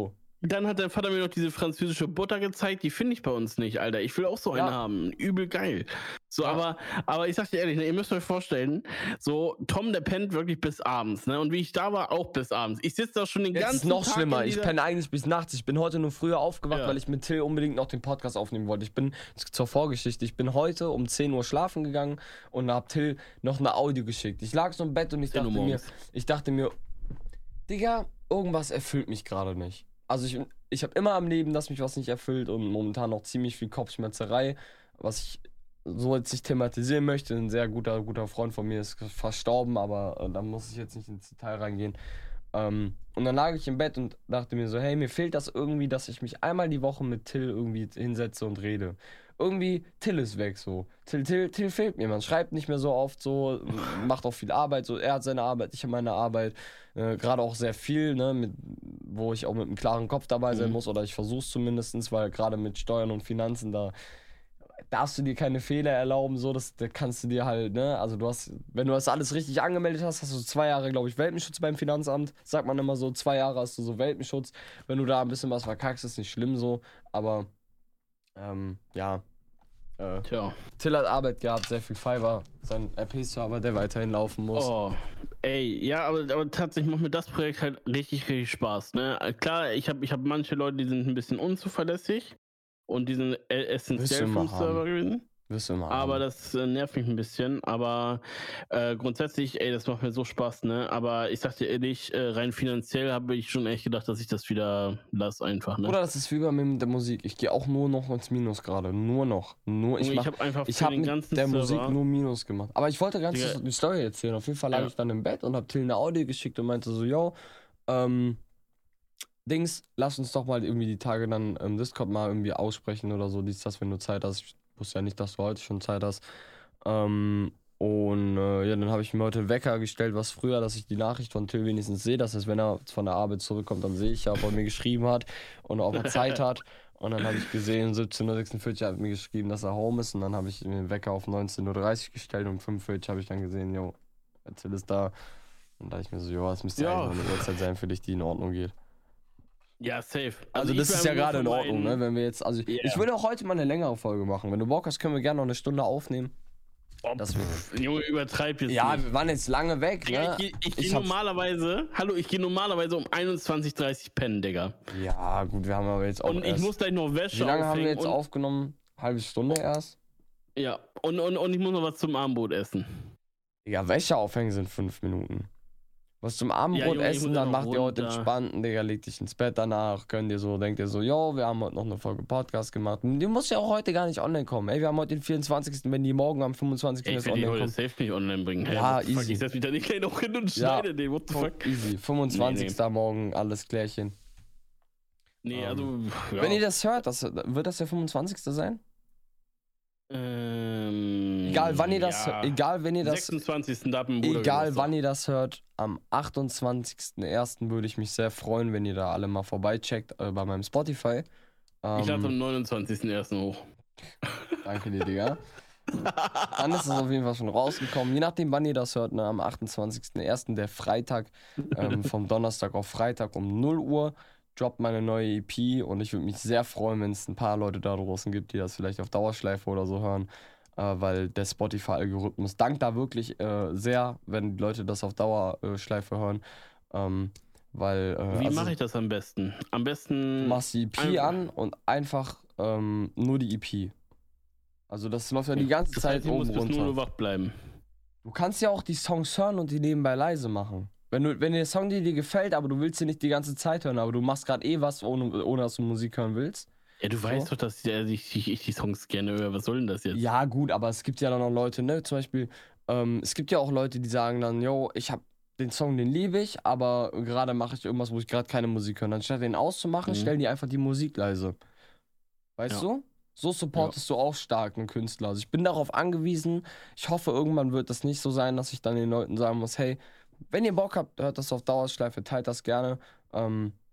dann hat dein Vater mir noch diese französische Butter gezeigt, die finde ich bei uns nicht, Alter. Ich will auch so eine haben. Übel geil. So, Ja. aber ich sag dir ehrlich, ne, ihr müsst euch vorstellen, so, Tom, der pennt wirklich bis abends, ne? Und wie ich da war, auch bis abends. Ich sitze da schon den Jetzt ganzen ist noch Tag schlimmer. in Ich dieser- penne eigentlich bis nachts. Ich bin heute nur früher aufgewacht, Ja. weil ich mit Till unbedingt noch den Podcast aufnehmen wollte. Ich bin zur Vorgeschichte. Ich bin heute um 10 Uhr schlafen gegangen und hab Till noch eine Audio geschickt. Ich lag so im Bett und 10 Uhr morgens. ich dachte mir, Digga, irgendwas erfüllt mich gerade nicht. Also ich habe immer am Leben, dass mich was nicht erfüllt und momentan noch ziemlich viel Kopfschmerzerei, was ich so jetzt nicht thematisieren möchte. Ein sehr guter Freund von mir ist verstorben, aber da muss ich jetzt nicht ins Detail reingehen. Und dann lag ich im Bett und dachte mir so, hey, mir fehlt das irgendwie, dass ich mich einmal die Woche mit Till irgendwie hinsetze und rede. Irgendwie, Till ist weg so. Till fehlt mir, man schreibt nicht mehr so oft so, macht auch viel Arbeit, so, er hat seine Arbeit, ich habe meine Arbeit. Gerade auch sehr viel, ne, wo ich auch mit einem klaren Kopf dabei sein muss, oder ich versuche es zumindest, weil gerade mit Steuern und Finanzen, da darfst du dir keine Fehler erlauben, so, da kannst du dir halt, ne, also wenn du das alles richtig angemeldet hast, hast du 2 Jahre, glaube ich, Welpenschutz beim Finanzamt, sagt man immer so, 2 Jahre hast du so Welpenschutz, wenn du da ein bisschen was verkackst, ist nicht schlimm so, aber, ja, Tja. Till hat Arbeit gehabt, sehr viel Fiverr, sein RP-Server, der weiterhin laufen muss. Oh, ey, ja, aber tatsächlich macht mir das Projekt halt richtig, richtig Spaß, ne? Klar, ich hab manche Leute, die sind ein bisschen unzuverlässig und die sind essentiell Wirst du vom immer Server haben. gewesen. Wirst du immer Aber haben. das nervt mich ein bisschen. Aber grundsätzlich, ey, das macht mir so Spaß, ne? Aber ich sag dir ehrlich, rein finanziell habe ich schon echt gedacht, dass ich das wieder lasse einfach, ne? Oder das ist wie bei mir mit der Musik. Ich gehe auch nur noch ins Minus gerade. Nur noch. Ich habe einfach Ich für habe den mit ganzen der Server, Musik nur Minus gemacht. Aber ich wollte ganz Digga. die Story erzählen. Auf jeden Fall lag Ja. ich dann im Bett und hab Till eine Audio geschickt und meinte so, yo, Dings, lass uns doch mal irgendwie die Tage dann im Discord mal irgendwie aussprechen oder so, das, wenn du Zeit hast. Ich wusste ja nicht, dass du heute schon Zeit hast. Ja, dann habe ich mir heute einen Wecker gestellt, was früher, dass ich die Nachricht von Till wenigstens sehe. Das heißt, wenn er von der Arbeit zurückkommt, dann sehe ich ja, ob er mir geschrieben hat und ob er Zeit hat. Und dann habe ich gesehen, 17:46 Uhr hat er mir geschrieben, dass er home ist. Und dann habe ich mir den Wecker auf 19:30 Uhr gestellt und um 45 Uhr habe ich dann gesehen, jo, Till ist da. Und da dachte ich mir so, jo, das müsste Ja. eigentlich noch eine Uhrzeit sein, für dich, die in Ordnung geht. Ja, safe. Also ich das will ist ja einfach nur gerade in Ordnung, ne? vermeiden- Wenn wir jetzt, also Ja. ich würde auch heute mal eine längere Folge machen. Wenn du Bock hast, können wir gerne noch eine Stunde aufnehmen. Oh, Das Junge, übertreib jetzt Ja, nicht. wir waren jetzt lange weg, Digga, ne? ich gehe Ich hab's- normalerweise um 21:30 Uhr pennen, Digga. Ja, gut, wir haben aber jetzt auch Und ich erst, muss gleich noch Wäsche wie lange haben wir aufhängen jetzt und, aufgenommen? Halbe Stunde erst? Ja, und ich muss noch was zum Abendbrot essen. Ja, Wäsche aufhängen sind 5 Minuten. Was zum Abendbrot Junge, ich essen, muss dann ja noch macht ihr heute runter. entspannten, Digga, leg dich ins Bett danach, denkt ihr so, yo, wir haben heute noch eine Folge Podcast gemacht. Die muss ja auch heute gar nicht online kommen. Ey, wir haben heute den 24., wenn die morgen am 25. Ey, ich erst will die online heute kommen. safe nicht online bringen. Hey, Ja, what the fuck? easy. Ich setz mich da nicht gleich noch hin und Ja. schneide den, what the fuck? Easy, 25. Nee, morgen, alles klärchen. Nee, also, ja. Wenn ihr das hört, wird das der 25. sein? Egal wann ihr das, ja. egal wenn ihr das, 26. da hat mein Bruder egal Geburtstag. wann ihr das hört, am 28.01. würde ich mich sehr freuen, wenn ihr da alle mal vorbeiceckt bei meinem Spotify. Ich lade am 29.01. hoch. Danke dir, Digga. Dann ist es auf jeden Fall schon rausgekommen. Je nachdem, wann ihr das hört, ne, am 28.01., der Freitag, vom Donnerstag auf Freitag um 0 Uhr, droppt meine neue EP und ich würde mich sehr freuen, wenn es ein paar Leute da draußen gibt, die das vielleicht auf Dauerschleife oder so hören, weil der Spotify-Algorithmus dankt da wirklich sehr, wenn die Leute das auf Dauerschleife hören, weil... Wie also, mache ich das am besten? Am du besten. machst die EP Einfach- an und einfach nur die EP. Also das läuft ja die ganze Das Zeit heißt, ich oben muss bis runter. 0 Uhr wach bleiben. Du kannst ja auch die Songs hören und die nebenbei leise machen. Wenn der Song dir gefällt, aber du willst ihn nicht die ganze Zeit hören, aber du machst gerade was, ohne dass du Musik hören willst. Ja, du weißt doch, dass ich die Songs gerne höre. Was soll denn das jetzt? Ja, gut, aber es gibt ja dann auch Leute, ne, zum Beispiel, es gibt ja auch Leute, die sagen dann, yo, ich hab den Song, den liebe ich, aber gerade mache ich irgendwas, wo ich gerade keine Musik höre. Anstatt den auszumachen, stellen die einfach die Musik leise. Weißt Ja. du? So supportest du auch stark einen Künstler. Also ich bin darauf angewiesen. Ich hoffe, irgendwann wird das nicht so sein, dass ich dann den Leuten sagen muss, hey, wenn ihr Bock habt, hört das auf Dauerschleife, teilt das gerne.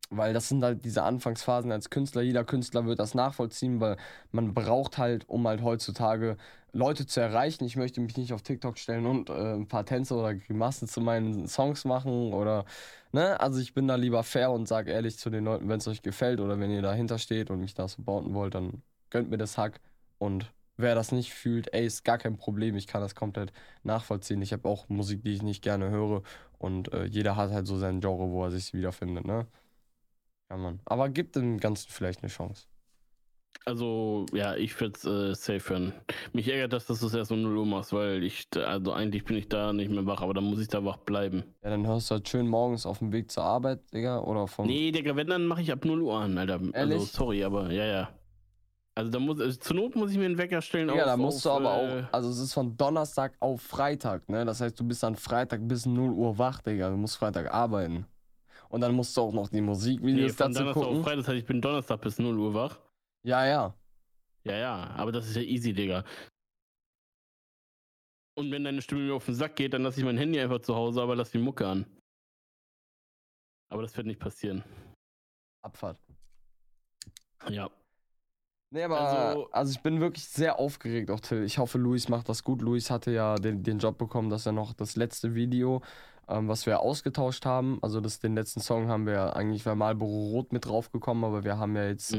Weil das sind halt diese Anfangsphasen als Künstler. Jeder Künstler wird das nachvollziehen, weil man braucht halt, um halt heutzutage Leute zu erreichen. Ich möchte mich nicht auf TikTok stellen und ein paar Tänze oder Grimassen zu meinen Songs machen oder, ne? Also ich bin da lieber fair und sage ehrlich zu den Leuten, wenn es euch gefällt oder wenn ihr dahinter steht und mich da supporten wollt, dann gönnt mir das Hack. Und wer das nicht fühlt, ey, ist gar kein Problem. Ich kann das komplett nachvollziehen. Ich habe auch Musik, die ich nicht gerne höre und jeder hat halt so sein Genre, wo er sich wiederfindet, ne? Ja, Mann. Aber gibt dem Ganzen vielleicht eine Chance. Also, ja, ich würde es safe hören. Mich ärgert das, dass du es erst um 0 Uhr machst, weil also eigentlich bin ich da nicht mehr wach, aber dann muss ich da wach bleiben. Ja, dann hörst du halt schön morgens auf dem Weg zur Arbeit, Digga, oder vom... Nee, Digga, wenn, dann mache ich ab 0 Uhr an, Alter. Also, Ehrlich? sorry, aber ja. Also, zur Not muss ich mir einen Wecker stellen. Ja, da musst du aber auch... Also, es ist von Donnerstag auf Freitag, ne? Das heißt, du bist dann Freitag bis 0 Uhr wach, Digga. Du musst Freitag arbeiten. Und dann musst du auch noch die Musikvideos von dazu Donnerstag gucken. auf Freitag, das heißt, ich bin Donnerstag bis 0 Uhr wach. Ja. Ja, aber das ist ja easy, Digga. Und wenn deine Stimme mir auf den Sack geht, dann lasse ich mein Handy einfach zu Hause, aber lass die Mucke an. Aber das wird nicht passieren. Abfahrt. Ja. Nee, aber Also- also ich bin wirklich sehr aufgeregt auch, Till. Ich hoffe, Luis macht das gut. Luis hatte ja den Job bekommen, dass er noch das letzte Video, was wir ausgetauscht haben, also den letzten Song haben wir ja eigentlich, war Marlboro Rot mit draufgekommen, aber wir haben ja jetzt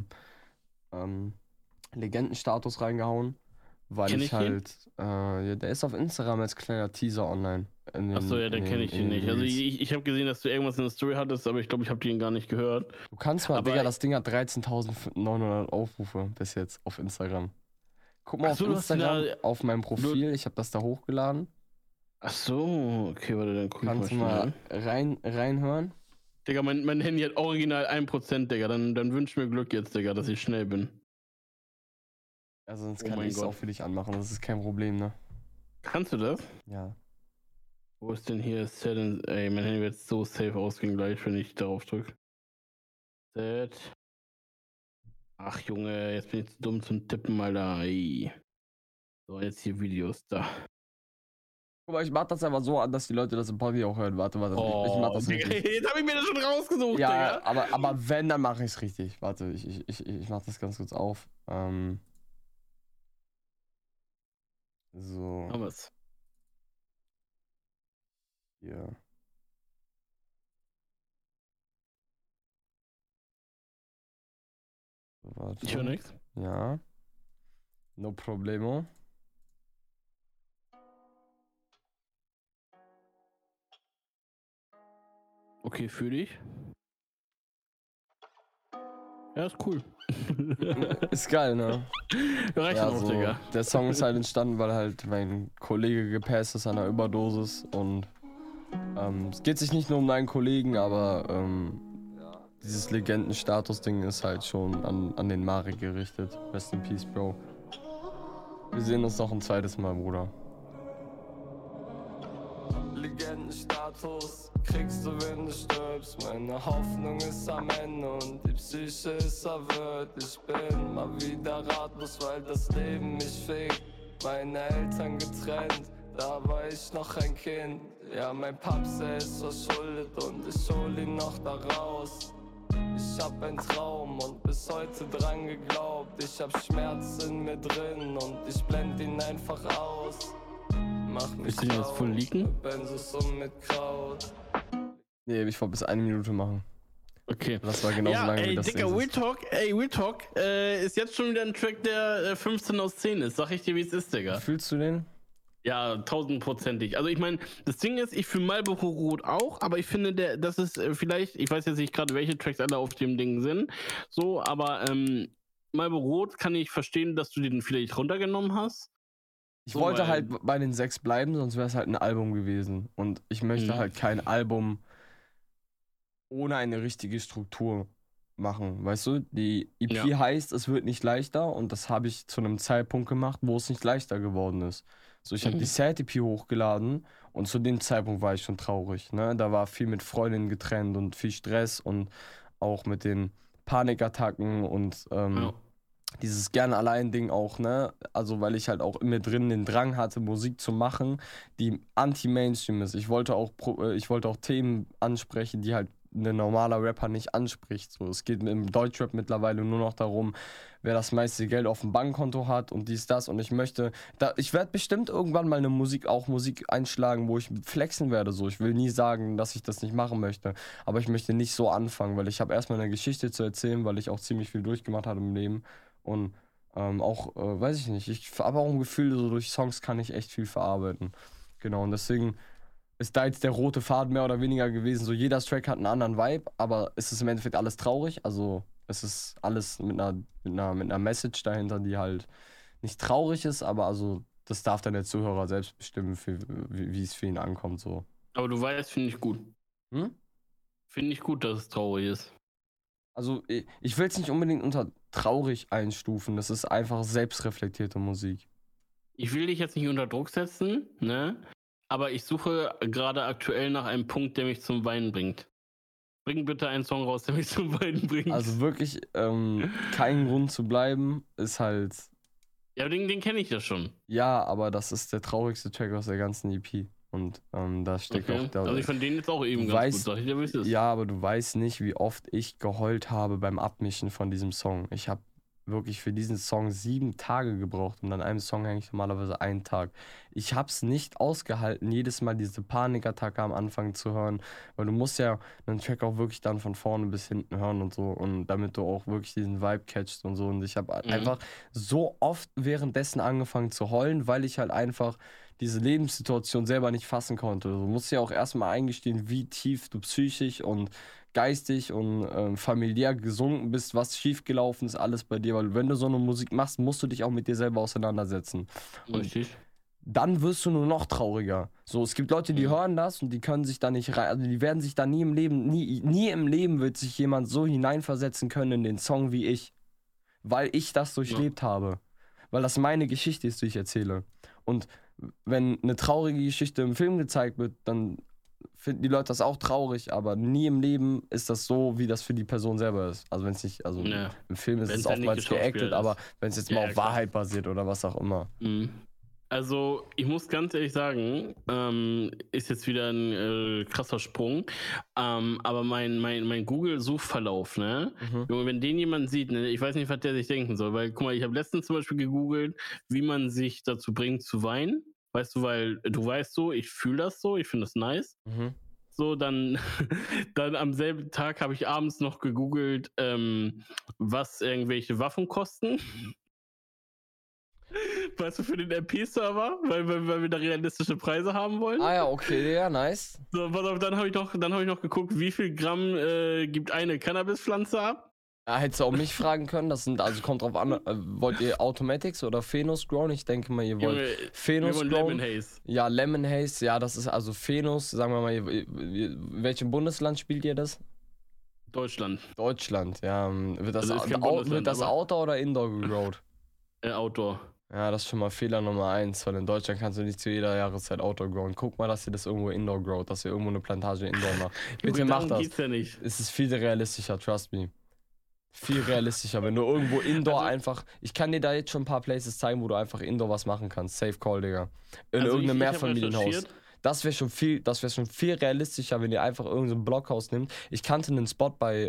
Legendenstatus reingehauen, weil Kenn ich ich ihn? halt, ja, der ist auf Instagram als kleiner Teaser online. Achso, ja, dann kenne ich ihn nicht. Also Reels. ich habe gesehen, dass du irgendwas in der Story hattest, aber ich glaube, ich habe den gar nicht gehört. Du kannst mal, aber- Digga, das Ding hat 13.900 Aufrufe bis jetzt auf Instagram. Guck mal Ach so, auf du hast ihn Instagram, da- auf meinem Profil, ich habe das da hochgeladen. Ach so, okay, warte, dann guck ich Kannst du mal mal schnell. reinhören? Digga, mein Handy hat original 1%, Digga. Dann wünsch mir Glück jetzt, Digga, dass ich schnell bin. Also sonst Oh kann mein ich es Gott. auch für dich anmachen, das ist kein Problem, ne? Kannst du das? Ja. Wo ist denn hier Set? Ey, mein Handy wird so safe ausgehen gleich, wenn ich darauf drücke. Set. Ach Junge, jetzt bin ich zu dumm zum Tippen, Alter. Ey. So, jetzt hier Videos da. Guck mal, ich mach das einfach so an, dass die Leute das im Podcast auch hören. Warte, ich mach das Digga, richtig. jetzt hab ich mir das schon rausgesucht, Ja, Digga. aber wenn, dann mache ich es richtig. Warte, ich mach das ganz kurz auf. So, Haben wir's. hier. Warte. Ich höre nichts. Ja. No problemo. Okay, fühle ich. Ja, ist cool. Ist geil, ne? Reicht Ja, auch, so, Digga. der Song ist halt entstanden, weil halt mein Kollege gepasst ist an einer Überdosis und es geht sich nicht nur um deinen Kollegen, aber dieses Legendenstatus-Ding ist halt schon an den Marek gerichtet. Rest in Peace, Bro. Wir sehen uns noch ein zweites Mal, Bruder. Legendenstatus kriegst du, wenn du stirbst. Meine Hoffnung ist am Ende und die Psyche ist erwürgt. Ich bin mal wieder ratlos, weil das Leben mich fickt. Meine Eltern getrennt, da war ich noch ein Kind. Ja, mein Paps, er ist verschuldet und ich hol ihn noch da raus. Ich hab einen Traum und bis heute dran geglaubt. Ich hab Schmerz in mir drin und ich blend ihn einfach aus. Mach mich Willst du den jetzt voll leaken? mit Benzos und mit Kraut. Nee, ich wollte bis 1 Minute machen. Okay. Das war genauso Ja, lange ey, wie das Digga, Ding Real ist. Talk, ist jetzt schon wieder ein Track, der 15 aus 10 ist. Sag ich dir, wie es ist, Digga. Fühlst du den? Ja, 1000%ig. Also ich meine, das Ding ist, ich fühle Marlboro Rot auch, aber ich finde, das ist vielleicht, ich weiß jetzt nicht gerade, welche Tracks alle auf dem Ding sind, so, aber Marlboro Rot kann ich verstehen, dass du den vielleicht runtergenommen hast. Ich So, wollte weil- halt bei den 6 bleiben, sonst wäre es halt ein Album gewesen. Und ich möchte Mhm. halt kein Album ohne eine richtige Struktur machen. Weißt du, die EP Ja. heißt, es wird nicht leichter und das habe ich zu einem Zeitpunkt gemacht, wo es nicht leichter geworden ist. So, ich habe Mhm. die Sad EP hochgeladen und zu dem Zeitpunkt war ich schon traurig. Ne? Da war viel mit Freundinnen getrennt und viel Stress und auch mit den Panikattacken und Ja. dieses gerne allein Ding auch, ne? Also weil ich halt auch in mir drin den Drang hatte, Musik zu machen, die anti-Mainstream ist. Ich wollte auch Themen ansprechen, die halt ein normaler Rapper nicht anspricht. So, es geht im Deutschrap mittlerweile nur noch darum, wer das meiste Geld auf dem Bankkonto hat und dies, das. Und ich werde bestimmt irgendwann mal Musik einschlagen, wo ich flexen werde. So, ich will nie sagen, dass ich das nicht machen möchte. Aber ich möchte nicht so anfangen, weil ich habe erstmal eine Geschichte zu erzählen, weil ich auch ziemlich viel durchgemacht habe im Leben. Und weiß ich nicht, ich habe auch ein Gefühl, so durch Songs kann ich echt viel verarbeiten. Genau, und deswegen ist da jetzt der rote Faden mehr oder weniger gewesen. So, jeder Track hat einen anderen Vibe, aber es ist im Endeffekt alles traurig. Also es ist alles mit einer Message dahinter, die halt nicht traurig ist, aber also das darf dann der Zuhörer selbst bestimmen, wie es für ihn ankommt. So. Aber du weißt, finde ich gut. Finde ich gut, dass es traurig ist. Also ich will es nicht unbedingt unter traurig einstufen. Das ist einfach selbstreflektierte Musik. Ich will dich jetzt nicht unter Druck setzen, ne? Aber ich suche gerade aktuell nach einem Punkt, der mich zum Weinen bringt. Bring bitte einen Song raus, der mich zum Weinen bringt. Also wirklich kein Grund zu bleiben, ist halt... Ja, den kenne ich ja schon. Ja, aber das ist der traurigste Track aus der ganzen EP. Und da steckt auch... Also ich fand den jetzt auch eben ganz gut, sag ich dir, wie es ist. Ja, aber du weißt nicht, wie oft ich geheult habe beim Abmischen von diesem Song. Ich habe wirklich für diesen Song 7 Tage gebraucht und an einem Song hänge ich normalerweise einen Tag. Ich habe es nicht ausgehalten, jedes Mal diese Panikattacke am Anfang zu hören, weil du musst ja einen Track auch wirklich dann von vorne bis hinten hören und so, und damit du auch wirklich diesen Vibe catchst und so. Und ich habe einfach so oft währenddessen angefangen zu heulen, weil ich halt einfach diese Lebenssituation selber nicht fassen konnte. Du musst ja auch erstmal eingestehen, wie tief du psychisch und geistig und familiär gesunken bist, was schiefgelaufen ist, alles bei dir. Weil wenn du so eine Musik machst, musst du dich auch mit dir selber auseinandersetzen. Richtig. Dann wirst du nur noch trauriger. So, es gibt Leute, die hören das und die können sich da nicht rein, also die werden sich da nie im Leben wird sich jemand so hineinversetzen können in den Song wie ich. Weil ich das durchlebt habe. Weil das meine Geschichte ist, die ich erzähle. Und wenn eine traurige Geschichte im Film gezeigt wird, dann finden die Leute das auch traurig, aber nie im Leben ist das so, wie das für die Person selber ist. Also wenn es nicht, also im Film ist es oftmals geactet, aber wenn es jetzt mal auf Wahrheit basiert oder was auch immer. Also ich muss ganz ehrlich sagen, ist jetzt wieder ein krasser Sprung, aber mein Google-Suchverlauf, ne? Junge, wenn den jemand sieht, ne, ich weiß nicht, was der sich denken soll, weil, guck mal, ich habe letztens zum Beispiel gegoogelt, wie man sich dazu bringt zu weinen. Weißt du, weil du weißt so, ich fühle das so, ich finde das nice. So, dann am selben Tag habe ich abends noch gegoogelt, was irgendwelche Waffen kosten. Weißt du, für den MP-Server, weil wir da realistische Preise haben wollen. Ah ja, okay, ja, nice. So, pass auf, dann habe ich noch geguckt, wie viel Gramm gibt eine Cannabispflanze ab. Ja, hättest du auch mich fragen können, also kommt drauf an, wollt ihr Automatics oder Phenus grown? Ich denke mal, ihr wollt Phenus grown. Lemon Haze. Ja, Lemon Haze, ja, das ist also Phenus, sagen wir mal, in welchem Bundesland spielt ihr das? Deutschland. Deutschland, ja. Wird das, also wird das Outdoor oder Indoor gegrowt? Outdoor. Ja, das ist schon mal Fehler Nummer 1, weil in Deutschland kannst du nicht zu jeder Jahreszeit Outdoor growen. Guck mal, dass ihr das irgendwo Indoor growt, dass ihr irgendwo eine Plantage Indoor macht. Bitte macht das. Geht's ja nicht. Es ist viel realistischer, trust me. Viel realistischer, wenn du irgendwo Indoor einfach... Ich kann dir da jetzt schon ein paar Places zeigen, wo du einfach Indoor was machen kannst. Safe Call, Digga. In irgendeinem Mehrfamilienhaus. Das wäre schon viel realistischer, wenn ihr einfach irgendein Blockhaus nimmt. Ich kannte einen Spot bei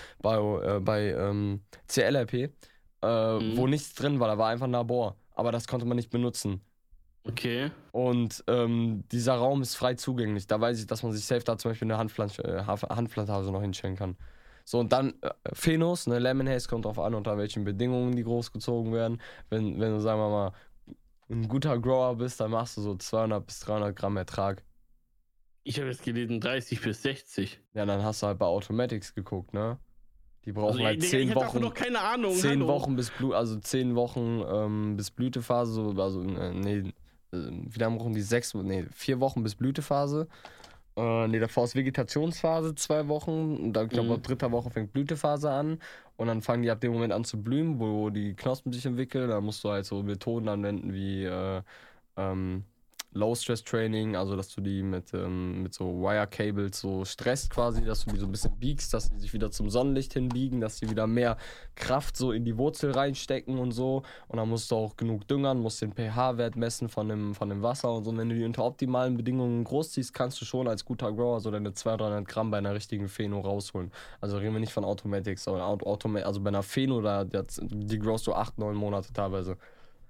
CLRP, wo nichts drin war. Da war einfach ein Labor. Aber das konnte man nicht benutzen. Okay. Und dieser Raum ist frei zugänglich. Da weiß ich, dass man sich safe da zum Beispiel eine Handplantage noch hinstellen kann. So, und dann Phenus, ne, Lemon Haze, kommt drauf an, unter welchen Bedingungen die großgezogen werden. Wenn du, sagen wir mal, ein guter Grower bist, dann machst du so 200 bis 300 Gramm Ertrag. Ich habe jetzt gelesen 30 bis 60. Ja, dann hast du halt bei Automatics geguckt, ne? Die brauchen halt 10 Wochen. Ich hab noch keine Ahnung. 10 Wochen bis 10 Wochen bis Blütephase, also wie lange brauchen die 4 Wochen bis Blütephase. Davor ist Vegetationsphase 2 Wochen und dann, glaube ich, ab 3. Woche fängt Blütephase an und dann fangen die ab dem Moment an zu blühen, wo die Knospen sich entwickeln. Da musst du halt so Methoden anwenden wie Low-Stress-Training, also dass du die mit so Wire-Cables so stresst quasi, dass du die so ein bisschen biegst, dass die sich wieder zum Sonnenlicht hinbiegen, dass die wieder mehr Kraft so in die Wurzel reinstecken und so. Und dann musst du auch genug düngern, musst den pH-Wert messen von dem Wasser und so. Und wenn du die unter optimalen Bedingungen großziehst, kannst du schon als guter Grower so deine 200-300 Gramm bei einer richtigen Pheno rausholen. Also reden wir nicht von Automatics, sondern also bei einer Pheno, die growst du 8-9 Monate teilweise.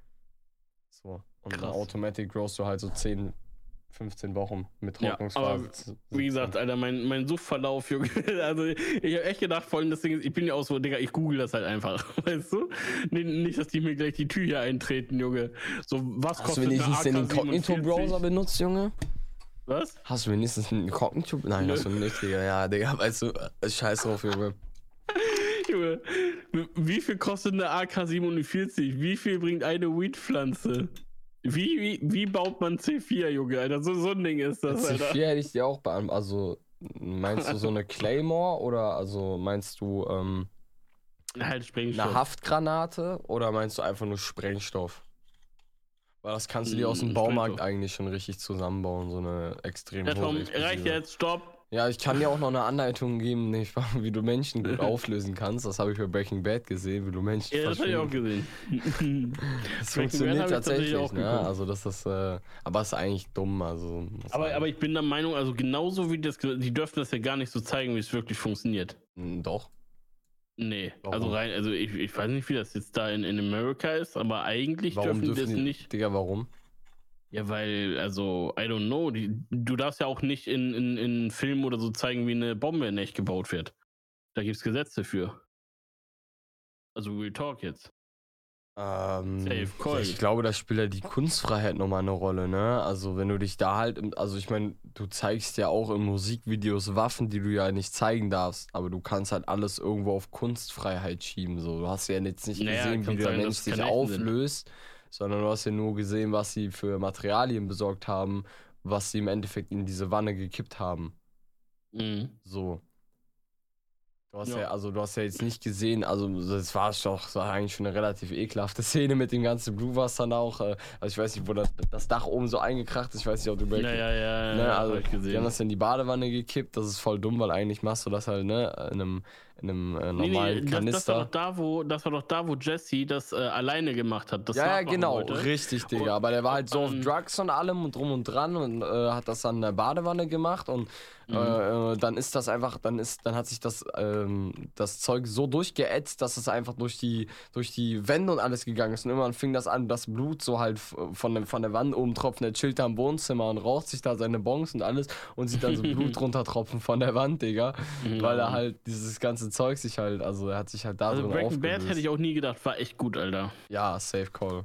So. Und bei Automatic growst du halt so 10-15 Wochen mit Trocknungsphase. Ja, aber wie gesagt, Alter, mein Suchtverlauf, Junge, also ich habe echt gedacht, vor allem das Ding ist, ich bin ja auch so, Digga, ich google das halt einfach, weißt du? Nicht, dass die mir gleich die Tür hier eintreten, Junge. So, was kostet eine AK-47? Hast du wenigstens den Incognito-Browser benutzt, Junge? Was? Hast du wenigstens einen Incognito? Nein, hast du nicht, Digga. Ja, Digga, weißt du, scheiß drauf, Junge. Junge, wie viel kostet eine AK-47? Wie viel bringt eine Weed-Pflanze? Wie baut man C4, Junge, Alter? So ein Ding ist das, Alter. C4 hätte ich dir auch beantwortet. Also, meinst du so eine Claymore oder also meinst du halt Sprengstoff. Eine Haftgranate oder meinst du einfach nur Sprengstoff? Weil das kannst du dir aus dem Baumarkt eigentlich schon richtig zusammenbauen, so eine extrem hohe Tom, reicht jetzt, stopp. Ja, ich kann dir auch noch eine Anleitung geben, wie du Menschen gut auflösen kannst. Das habe ich bei Breaking Bad gesehen, wie du Menschen das habe ich auch gesehen. Das funktioniert tatsächlich, ne? Also das ist, aber es ist eigentlich dumm. Also, aber ich bin der Meinung, also genauso wie die dürfen das ja gar nicht so zeigen, wie es wirklich funktioniert. Doch. Nee, warum? Also ich weiß nicht, wie das jetzt da in Amerika ist, aber eigentlich dürfen die das nicht. Digga, warum? Ja, weil, also, I don't know, du darfst ja auch nicht in Filmen oder so zeigen, wie eine Bombe in echt gebaut wird. Da gibt es Gesetze für. Also Real Talk jetzt. Safe Call. Ich glaube, da spielt ja die Kunstfreiheit nochmal eine Rolle, ne? Also wenn du dich da halt, also ich meine, du zeigst ja auch in Musikvideos Waffen, die du ja nicht zeigen darfst, aber du kannst halt alles irgendwo auf Kunstfreiheit schieben, so. Du hast ja jetzt nicht gesehen, wie der Mensch sich auflöst, sondern du hast ja nur gesehen, was sie für Materialien besorgt haben, was sie im Endeffekt in diese Wanne gekippt haben. Mhm. So. Du hast ja jetzt nicht gesehen, also das war eigentlich schon eine relativ ekelhafte Szene mit dem ganzen Blutwasser dann auch. Also ich weiß nicht, wo das Dach oben so eingekracht ist, ich weiß nicht, ob du also hab ich gesehen. Die haben das ja in die Badewanne gekippt, das ist voll dumm, weil eigentlich machst du das halt, ne, in einem normalen Kanister. Das war doch da, wo Jesse das alleine gemacht hat. Ja, genau, richtig, Digga. Aber der war halt so auf Drugs und allem und drum und dran und hat das dann in der Badewanne gemacht und dann ist das einfach, dann hat sich das Zeug so durchgeätzt, dass es einfach durch die Wände und alles gegangen ist. Und irgendwann fing das an, das Blut so halt von der Wand oben tropfen. Der chillt da im Wohnzimmer und raucht sich da seine Bongs und alles und sieht dann so Blut runtertropfen von der Wand, Digga. Weil er halt dieses ganze Zeug sich halt, also er hat sich halt da drin aufgelöst. Breaking Bad hätte ich auch nie gedacht, war echt gut, Alter. Ja, Safe Call.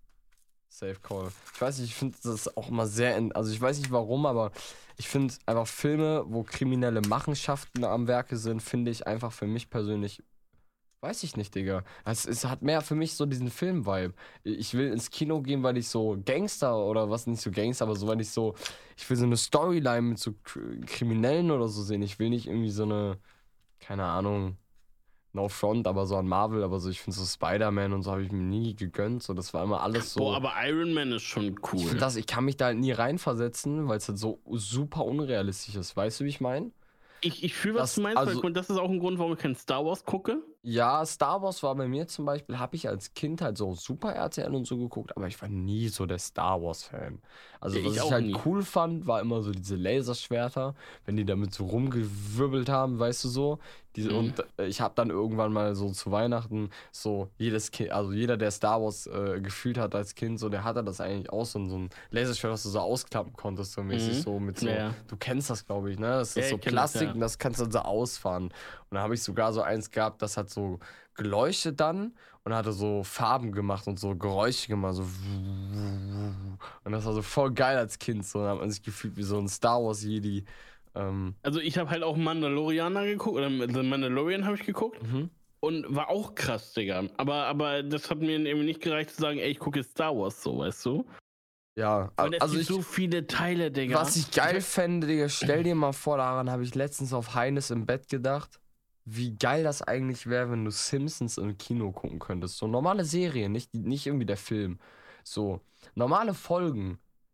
Ich weiß nicht, ich finde das auch immer also ich weiß nicht warum, aber ich finde einfach Filme, wo kriminelle Machenschaften am Werke sind, finde ich einfach für mich persönlich, weiß ich nicht, Digga. Es hat mehr für mich so diesen Film-Vibe. Ich will ins Kino gehen, weil ich so Gangster oder was, nicht so Gangster, aber so, weil ich will so eine Storyline mit so Kriminellen oder so sehen. Ich will nicht irgendwie so eine, keine Ahnung, No Front, aber so an Marvel, aber so, ich finde so Spider-Man und so habe ich mir nie gegönnt, so, das war immer alles so. Boah, aber Iron Man ist schon cool. Ich kann mich da halt nie reinversetzen, weil es halt so super unrealistisch ist, weißt du, wie ich meine? Ich fühle, was du meinst, weil das ist auch ein Grund, warum ich kein Star Wars gucke. Ja, Star Wars war bei mir zum Beispiel, habe ich als Kind halt so Super RTL und so geguckt, aber ich war nie so der Star Wars-Fan. Also was ich halt cool fand, war immer so diese Laserschwerter, wenn die damit so rumgewirbelt haben, weißt du so. Und ich habe dann irgendwann mal so zu Weihnachten so jedes Kind, also jeder, der Star Wars gefühlt hat als Kind, so der hatte das eigentlich auch so ein Laserschwert, das du so ausklappen konntest, so mäßig so mit so, du kennst das, glaube ich, ne? Das ist so Plastik und das kannst du dann so ausfahren. Und dann habe ich sogar so eins gehabt, das hat so geleuchtet dann und hatte so Farben gemacht und so Geräusche gemacht, so und das war so voll geil als Kind, so, dann hat man sich gefühlt wie so ein Star Wars Jedi. Also ich habe halt auch Mandalorianer geguckt, oder The Mandalorian habe ich geguckt und war auch krass, Digga. Aber das hat mir eben nicht gereicht zu sagen, ey, ich gucke jetzt Star Wars so, weißt du? Ja, also so viele Teile, Digga. Was ich geil fände, Digga, stell dir mal vor, daran habe ich letztens auf Heines im Bett gedacht, wie geil das eigentlich wäre, wenn du Simpsons im Kino gucken könntest. So normale Serien, nicht irgendwie der Film. So, normale Folgen.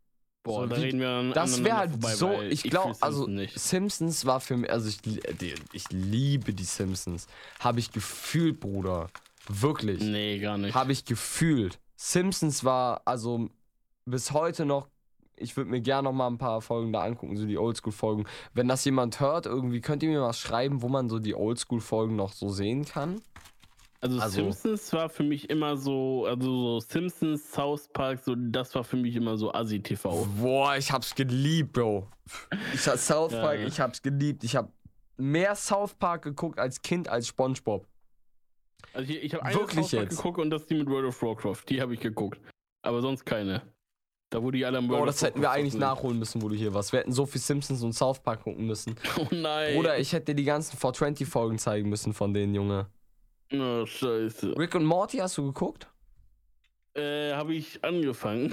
Boah, so da wie- reden wir an Das wäre halt vorbei, so, weil ich glaube, fühl's also nicht. Simpsons war für mich, also ich liebe die Simpsons. Habe ich gefühlt, Bruder. Wirklich. Nee, gar nicht. Habe ich gefühlt. Simpsons war, also bis heute noch, ich würde mir gerne noch mal ein paar Folgen da angucken, so die Oldschool-Folgen. Wenn das jemand hört, irgendwie könnt ihr mir mal schreiben, wo man so die Oldschool-Folgen noch so sehen kann. Also Also- Simpsons war für mich immer so, also so Simpsons, South Park, so das war für mich immer so Assi-TV. Boah, ich hab's geliebt, Bro. Ich hab South Ja. Park, ich hab's geliebt. Ich hab mehr South Park geguckt als Kind als SpongeBob. Also ich habe eine Wirklich South Park jetzt? geguckt und das ist die mit World of Warcraft. Die habe ich geguckt. Aber sonst keine. Da wo die alle am World Bro, of das hätten wir Warcraft eigentlich sind. nachholen müssen, wo du hier warst. Wir hätten so viel Simpsons und South Park gucken müssen. Oh nein. Oder ich hätte dir die ganzen 420-Folgen zeigen müssen von denen, Junge. Oh, scheiße. Rick und Morty hast du geguckt? Habe ich angefangen.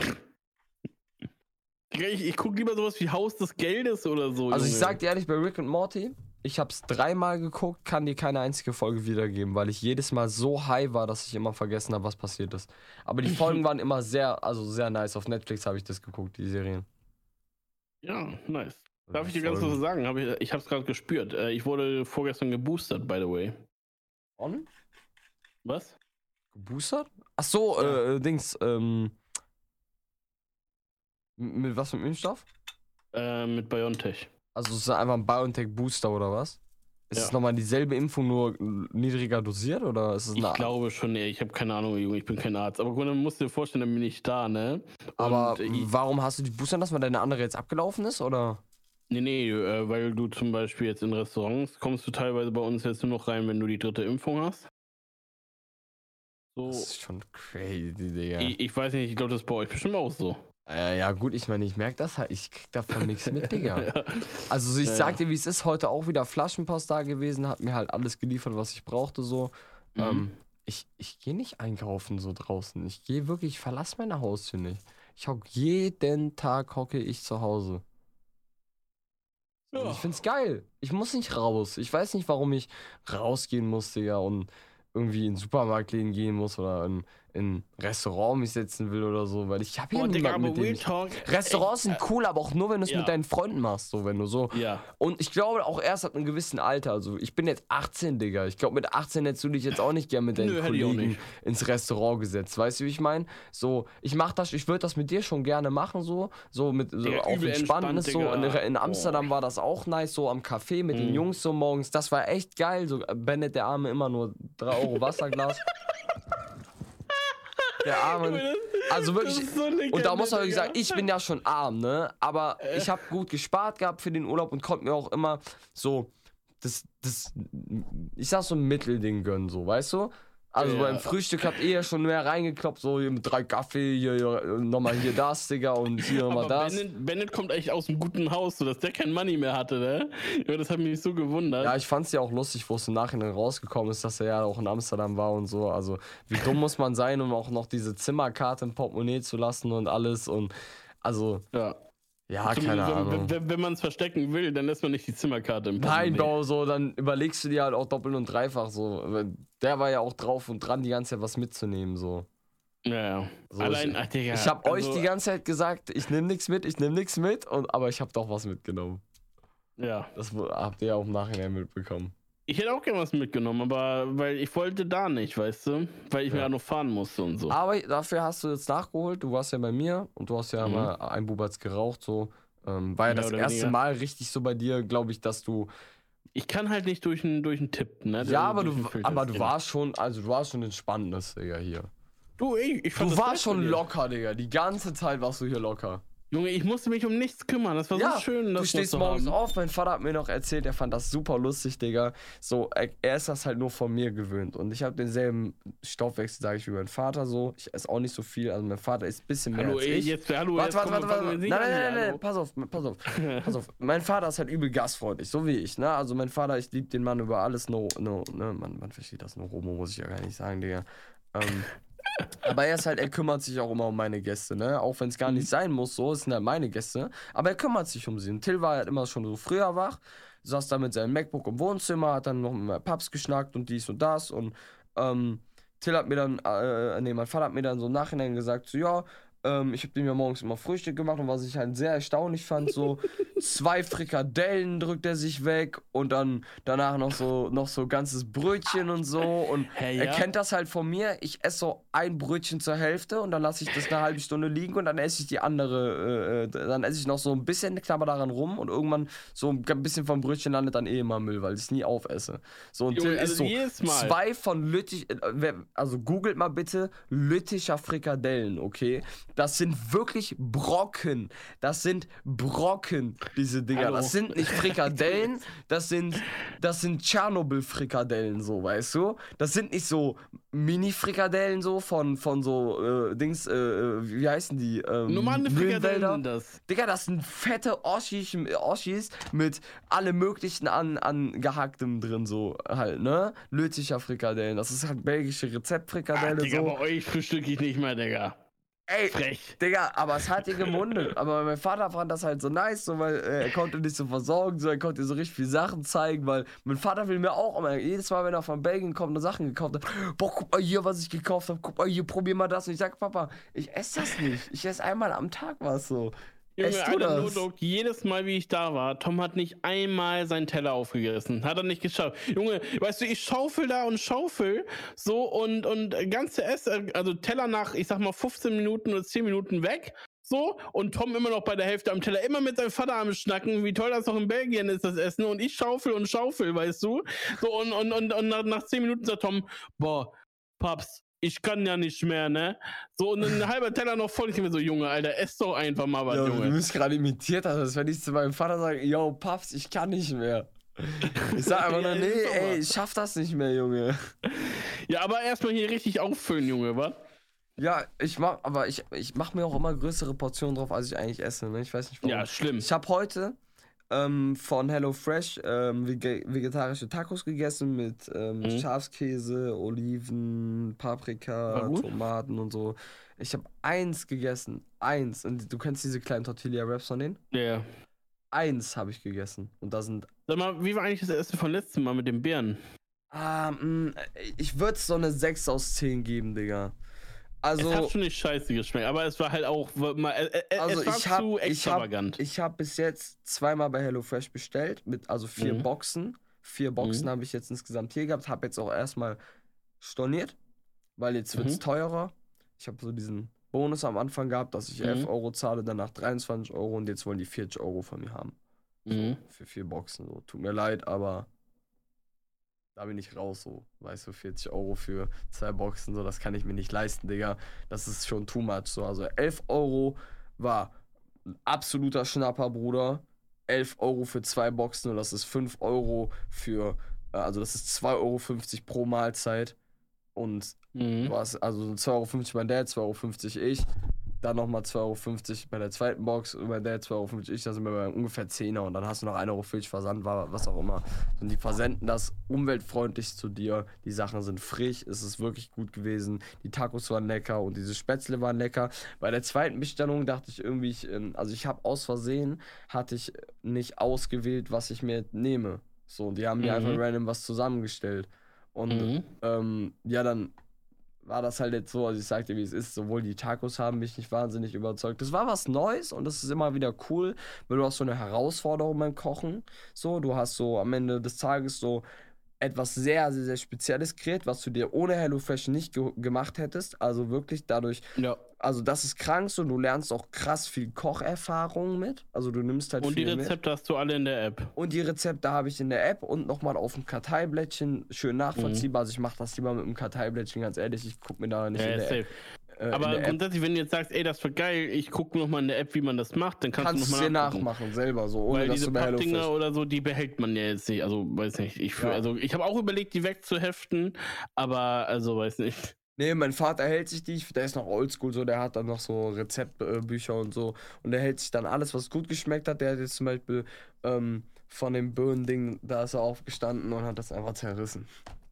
Ich gucke lieber sowas wie Haus des Geldes oder so. Also ich Junge. sag dir ehrlich, bei Rick und Morty, ich hab's 3-mal geguckt, kann dir keine einzige Folge wiedergeben, weil ich jedes Mal so high war, dass ich immer vergessen habe, was passiert ist. Aber die Folgen waren immer sehr nice. Auf Netflix habe ich das geguckt, die Serien. Ja, nice. Darf ich dir ganz kurz sagen? Ich hab's gerade gespürt. Ich wurde vorgestern geboostert, by the way. On? Was? Geboostert? Ach so, Ja. Dings, mit was für einem Impfstoff? Mit BioNTech. Also es ist einfach ein BioNTech-Booster oder was? Ist Ja. es nochmal dieselbe Impfung, nur niedriger dosiert oder ist es Ich eine glaube schon, ich habe keine Ahnung, Junge, ich bin kein Arzt. Aber man muss dir vorstellen, dann bin ich da, ne? Aber Und warum hast du die boostern lassen, weil deine andere jetzt abgelaufen ist, oder? nee, weil du zum Beispiel jetzt in Restaurants kommst du teilweise bei uns jetzt nur noch rein, wenn du die 3. Impfung hast. So, Das ist schon crazy, Digga. ich weiß nicht, ich glaube, das ist bei euch bestimmt auch so. Ja gut, ich meine, ich merke das halt, ich krieg davon nichts mit, Digga. Ja. Also ich Ja, sag dir, wie es ist, heute auch wieder Flaschenpost da gewesen, hat mir halt alles geliefert, was ich brauchte, so. Mhm. Ich gehe nicht einkaufen so draußen. Ich gehe wirklich, ich verlasse meine Haustür nicht. Jeden Tag hocke ich zu Hause. Und ich find's geil. Ich muss nicht raus. Ich weiß nicht, warum ich rausgehen muss, Digga, und irgendwie in Supermarktläden gehen muss oder in ein Restaurant mich setzen will oder so, weil ich habe hier Boah, Digga, niemanden, aber mit dem Real ich... Talk. Restaurants sind cool, aber auch nur, wenn du es ja. mit deinen Freunden machst, so, wenn du so... Ja. Und ich glaube auch erst ab einem gewissen Alter, also ich bin jetzt 18, Digga, ich glaube mit 18 hättest du dich jetzt auch nicht gern mit deinen Nö, hätte ich auch Kollegen nicht. ins Restaurant gesetzt, weißt du, wie ich meine? So, ich würde das mit dir schon gerne machen, so mit so Digga, auf übel Entspanntes, so, entspannt, Digga. in Amsterdam war das auch nice, so am Café mit den Jungs so morgens, das war echt geil, so Bennett, der Arme, immer nur 3 Euro Wasserglas. Der Arme, also wirklich, Das ist so eine und da muss man Legende, wirklich sagen, ich bin ja schon arm, ne? Aber ich habe gut gespart gehabt für den Urlaub und konnte mir auch immer so ich sag so ein Mittelding gönnen, so, weißt du? Also Ja. beim Frühstück habt ihr ja schon mehr reingekloppt, so hier mit 3 Kaffee, hier nochmal hier das, Digga, und hier nochmal Aber das. Bennett kommt eigentlich aus einem guten Haus, so dass der kein Money mehr hatte, ne? Ja, das hat mich so gewundert. Ja, ich fand's ja auch lustig, wo es im Nachhinein rausgekommen ist, dass er ja auch in Amsterdam war und so. Also, wie dumm muss man sein, um auch noch diese Zimmerkarte im Portemonnaie zu lassen und alles und also, Ja. ja, Zumindest, keine Ahnung. Wenn man es verstecken will, dann lässt man nicht die Zimmerkarte im Nein, Portemonnaie. Bro, so, dann überlegst du dir halt auch doppelt und dreifach so. Der war ja auch drauf und dran, die ganze Zeit was mitzunehmen, so. Ja. So Allein, ach, Digga. Ich hab euch also, die ganze Zeit gesagt, ich nehme nichts mit, aber ich hab doch was mitgenommen. Ja. Das habt ihr ja auch im Nachhinein mitbekommen. Ich hätte auch gerne was mitgenommen, aber weil ich wollte da nicht, weißt du? Weil ich mir ja noch fahren musste und so. Aber dafür hast du jetzt nachgeholt, du warst ja bei mir und du hast ja mal ein Bubatz geraucht, so. War ja Mehr das oder erste weniger. Mal richtig so bei dir, glaube ich, dass du. Ich kann halt nicht durch einen Tipp, ne? Ja, aber Durch du, einen Filter aber du gehen. warst schon, also du warst schon entspanntes, Digga, hier. Du, ey, ich fand Du das warst geil schon von dir. locker, Digga. Die ganze Zeit warst du hier locker. Junge, ich musste mich um nichts kümmern. Das war so schön, das du stehst zu morgens haben. auf, mein Vater hat mir noch erzählt, er fand das super lustig, Digga. So, er ist das halt nur von mir gewöhnt. Und ich habe denselben Stoffwechsel, sage ich, wie mein Vater so. Ich esse auch nicht so viel, also mein Vater isst ein bisschen mehr Hallo, als ey, ich. jetzt, hallo, Warte, jetzt warte. fangen wir nicht an hier, Nein, hallo. pass auf. Mein Vater ist halt übel gastfreundlich, so wie ich, ne? Also mein Vater, ich liebe den Mann über alles, ne? Man versteht das, no homo, muss ich ja gar nicht sagen, Digga. Aber er kümmert sich auch immer um meine Gäste, ne? Auch wenn es gar nicht sein muss, so, es sind halt meine Gäste. Aber er kümmert sich um sie. Und Till war halt immer schon so früher wach, saß da mit seinem MacBook im Wohnzimmer, hat dann noch mit meinem Paps geschnackt und dies und das. Und Till hat mir dann, mein Vater hat mir dann so im Nachhinein gesagt, so, ja, Ich habe dem ja morgens immer Frühstück gemacht und was ich halt sehr erstaunlich fand, so 2 Frikadellen drückt er sich weg und dann danach noch so ganzes Brötchen und so und Hey, er ja? kennt das halt von mir. Ich esse so ein Brötchen zur Hälfte und dann lasse ich das eine halbe Stunde liegen und dann esse ich die andere, dann esse ich noch so ein bisschen, knabber daran rum und irgendwann so ein bisschen vom Brötchen landet dann immer Müll, weil ich es nie aufesse. So, und Junge, Till also ist so jedes Mal. 2 von Lüttich, also googelt mal bitte Lütticher Frikadellen, okay? Das sind wirklich Brocken. Das sind Brocken, diese Dinger. Hallo. Das sind nicht Frikadellen, das sind Tschernobyl-Frikadellen, so, weißt du? Das sind nicht so Mini-Frikadellen so von so Dings, wie heißen die? Normale Mühlenwälder. Frikadellen das. Digga, das sind fette Oschis mit allem möglichen an gehacktem drin, so halt, ne? Lütticher Frikadellen. Das ist halt belgische Rezeptfrikadelle, Digga, so. bei euch frühstücke ich nicht mehr, Digga. Ey, Frech. Digga, aber es hat ihr gemundet. Aber mein Vater fand das halt so nice, so, weil er konnte nicht so versorgen, so, er konnte so richtig viele Sachen zeigen, weil mein Vater will mir auch immer, jedes Mal, wenn er von Belgien kommt und Sachen gekauft hat, boah, guck mal hier, was ich gekauft habe, guck mal hier, probier mal das. Und ich sag, Papa, ich esse das nicht. Ich esse einmal am Tag was so. Junge, Esst du Alter, das? Notdog, jedes Mal, wie ich da war, Tom hat nicht einmal seinen Teller aufgegessen. Hat er nicht geschafft. Junge, weißt du, ich schaufel da und schaufel so und ganze also Teller nach, ich sag mal, 15 Minuten oder 10 Minuten weg. So, und Tom immer noch bei der Hälfte am Teller, immer mit seinem Vater am Schnacken, wie toll das noch in Belgien ist, das Essen. Und ich schaufel und schaufel, weißt du? So, und nach 10 Minuten sagt Tom, boah, Paps, ich kann ja nicht mehr, ne? So, und ein halber Teller noch voll. Ich bin mir so, Junge, Alter, ess doch einfach mal was, Jo, Junge. du bist gerade imitiert, als wenn ich zu meinem Vater sage, yo, Paps, ich kann nicht mehr. Ich sag einfach nur, Ja, nee, ist doch ey, mal. ich schaff das nicht mehr, Junge. Ja, aber erstmal hier richtig auffüllen, Junge, wa? Ja, ich mach mir auch immer größere Portionen drauf, als ich eigentlich esse, ne? Ich weiß nicht warum. Ja, schlimm. Ich habe heute von HelloFresh vegetarische Tacos gegessen mit Schafskäse, Oliven, Paprika, War gut? Tomaten und so. Ich habe 1 gegessen. 1. Und du kennst diese kleinen Tortilla-Wraps von denen? Ja, ja. 1 habe ich gegessen. Und da sind. Sag mal, wie war eigentlich das Essen von letztem Mal mit den Beeren? Ich würde so eine 6 aus 10 geben, Digga. Es hat Also, schon nicht scheiße geschmeckt, aber es war halt auch mal, also es war zu extravagant. ich hab bis jetzt 2-mal bei HelloFresh bestellt, mit also 4 Mhm. Boxen. 4 Boxen Mhm. habe ich jetzt insgesamt hier gehabt, habe jetzt auch erstmal storniert, weil jetzt wird's Mhm. teurer. Ich habe so diesen Bonus am Anfang gehabt, dass ich 11 Mhm. Euro zahle, danach 23 Euro und jetzt wollen die 40 Euro von mir haben. Mhm. Für 4 Boxen. So. Tut mir leid, aber da bin ich raus, so. Weißt du, 40 Euro für 2 Boxen, so, das kann ich mir nicht leisten, Digga. Das ist schon too much, so. Also 11 Euro war ein absoluter Schnapper, Bruder. 11 Euro für 2 Boxen und das ist 5 Euro für, also das ist 2,50 Euro pro Mahlzeit. Und Mhm. du hast also 2,50 Euro mein Dad, 2,50 Euro ich. Dann nochmal 2,50 Euro bei der zweiten Box und mein Dad 2,50 Euro ich. Da sind wir bei ungefähr 10er und dann hast du noch 1,50 Euro Versand, was auch immer. Und die versenden das umweltfreundlich zu dir. Die Sachen sind frisch, es ist wirklich gut gewesen. Die Tacos waren lecker und diese Spätzle waren lecker. Bei der zweiten Bestellung dachte ich irgendwie, also ich habe aus Versehen, hatte ich nicht ausgewählt, was ich mir nehme. So, und die haben mir Mhm. einfach random was zusammengestellt. Und ja, dann war das halt jetzt so, also ich sag dir, wie es ist, sowohl die Tacos haben mich nicht wahnsinnig überzeugt. Das war was Neues und das ist immer wieder cool, weil du hast so eine Herausforderung beim Kochen. So, du hast so am Ende des Tages so etwas sehr, sehr, sehr Spezielles kreiert, was du dir ohne HelloFresh nicht gemacht hättest. Also wirklich dadurch, Ja. also das ist krank so, du lernst auch krass viel Kocherfahrung mit. Also du nimmst halt Und die viel mit. Rezepte hast du alle in der App. Und die Rezepte habe ich in der App und nochmal auf dem Karteiblättchen schön nachvollziehbar. Also ich mache das lieber mit dem Karteiblättchen, ganz ehrlich. Ich gucke mir da nicht Ja, in der safe. App. in Aber der App grundsätzlich, wenn du jetzt sagst, ey, das war geil, ich gucke nochmal in der App, wie man das macht, dann kannst kannst du du es dir nochmal nachgucken. nachmachen, selber, so ohne Weil dass diese du bei Pappdinger HelloFresh. oder so, die behält man ja jetzt nicht. Also, weiß nicht. Ja. Also, ich habe auch überlegt, die wegzuheften, aber, also, weiß nicht. Nee, mein Vater hält sich die, der ist noch oldschool, so, der hat dann noch so Rezeptbücher und so. Und der hält sich dann alles, was gut geschmeckt hat. Der hat jetzt zum Beispiel von dem Birnen-Ding, da ist er aufgestanden und hat das einfach zerrissen.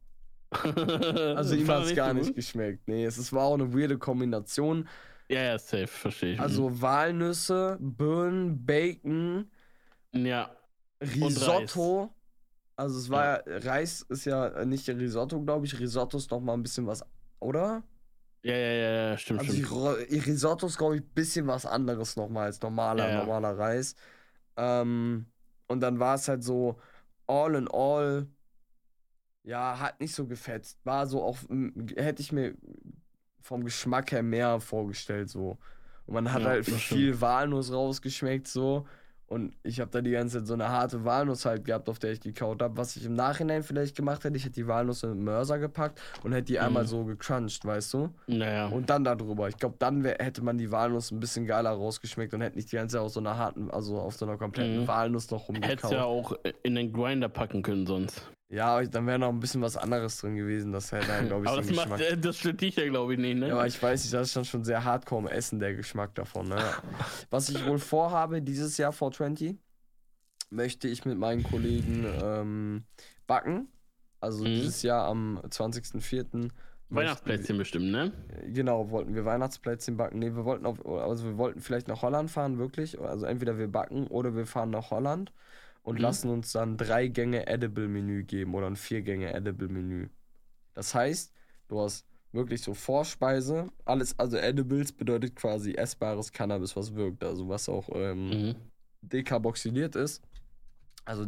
Also ihm hat es gar nicht geschmeckt. Nee, war auch eine weirde Kombination. Ja, ja, safe, verstehe ich. Also Walnüsse, Birnen, Bacon, Ja. Risotto. Also es war ja, Reis ist ja nicht Risotto, glaube ich. Risotto ist noch mal ein bisschen was, oder? Ja, stimmt. Also Risotto ist, glaube ich, ein bisschen was anderes nochmal als normaler Reis. Und dann war es halt so, all in all, ja, hat nicht so gefetzt. War so auch, hätte ich mir vom Geschmack her mehr vorgestellt, so. Und man hat Ja, halt das viel Walnuss rausgeschmeckt, so. Und ich habe da die ganze Zeit so eine harte Walnuss halt gehabt, auf der ich gekaut habe. Was ich im Nachhinein vielleicht gemacht hätte, ich hätte die Walnuss in den Mörser gepackt und hätte die einmal so gecrunched, weißt du? Naja. Und dann darüber. Ich glaube, dann hätte man die Walnuss ein bisschen geiler rausgeschmeckt und hätte nicht die ganze Zeit auf so einer harten, also auf so einer kompletten Walnuss noch rumgekaut. Hättest ja auch in den Grinder packen können sonst. Ja, dann wäre noch ein bisschen was anderes drin gewesen. Das hätte dann, glaube ich, Aber den das, Geschmack. das stört dich ja, glaube ich, nicht, ne? Ja, aber ich weiß nicht, das ist dann schon sehr hardcore im Essen, der Geschmack davon. Ne? Was ich wohl vorhabe, dieses Jahr 420, möchte ich mit meinen Kollegen backen. Also dieses Jahr am 20.04. Weihnachtsplätzchen bestimmt, ne? Genau, wollten wir Weihnachtsplätzchen backen. Ne, wir wollten vielleicht nach Holland fahren, wirklich. Also entweder wir backen oder wir fahren nach Holland und lassen uns dann 3 Gänge Edible-Menü geben oder ein 4 Gänge Edible-Menü. Das heißt, du hast wirklich so Vorspeise, alles, also Edibles bedeutet quasi essbares Cannabis, was wirkt, also was auch dekarboxyliert ist. Also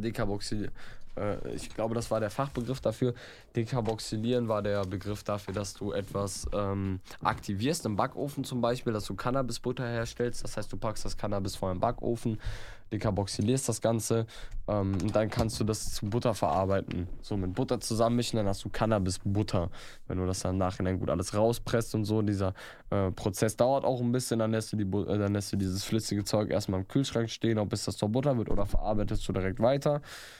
ich glaube, das war der Fachbegriff dafür. Dekarboxylieren war der Begriff dafür, dass du etwas aktivierst im Backofen zum Beispiel, dass du Cannabisbutter herstellst. Das heißt, du packst das Cannabis vor im Backofen, dekarboxylierst das Ganze und dann kannst du das zu Butter verarbeiten. So mit Butter zusammenmischen, dann hast du Cannabisbutter. Wenn du das dann im Nachhinein gut alles rauspresst und so, dieser Prozess dauert auch ein bisschen, dann lässt du dieses flüssige Zeug erstmal im Kühlschrank stehen, ob bis das zur Butter wird oder verarbeitest du direkt weiter.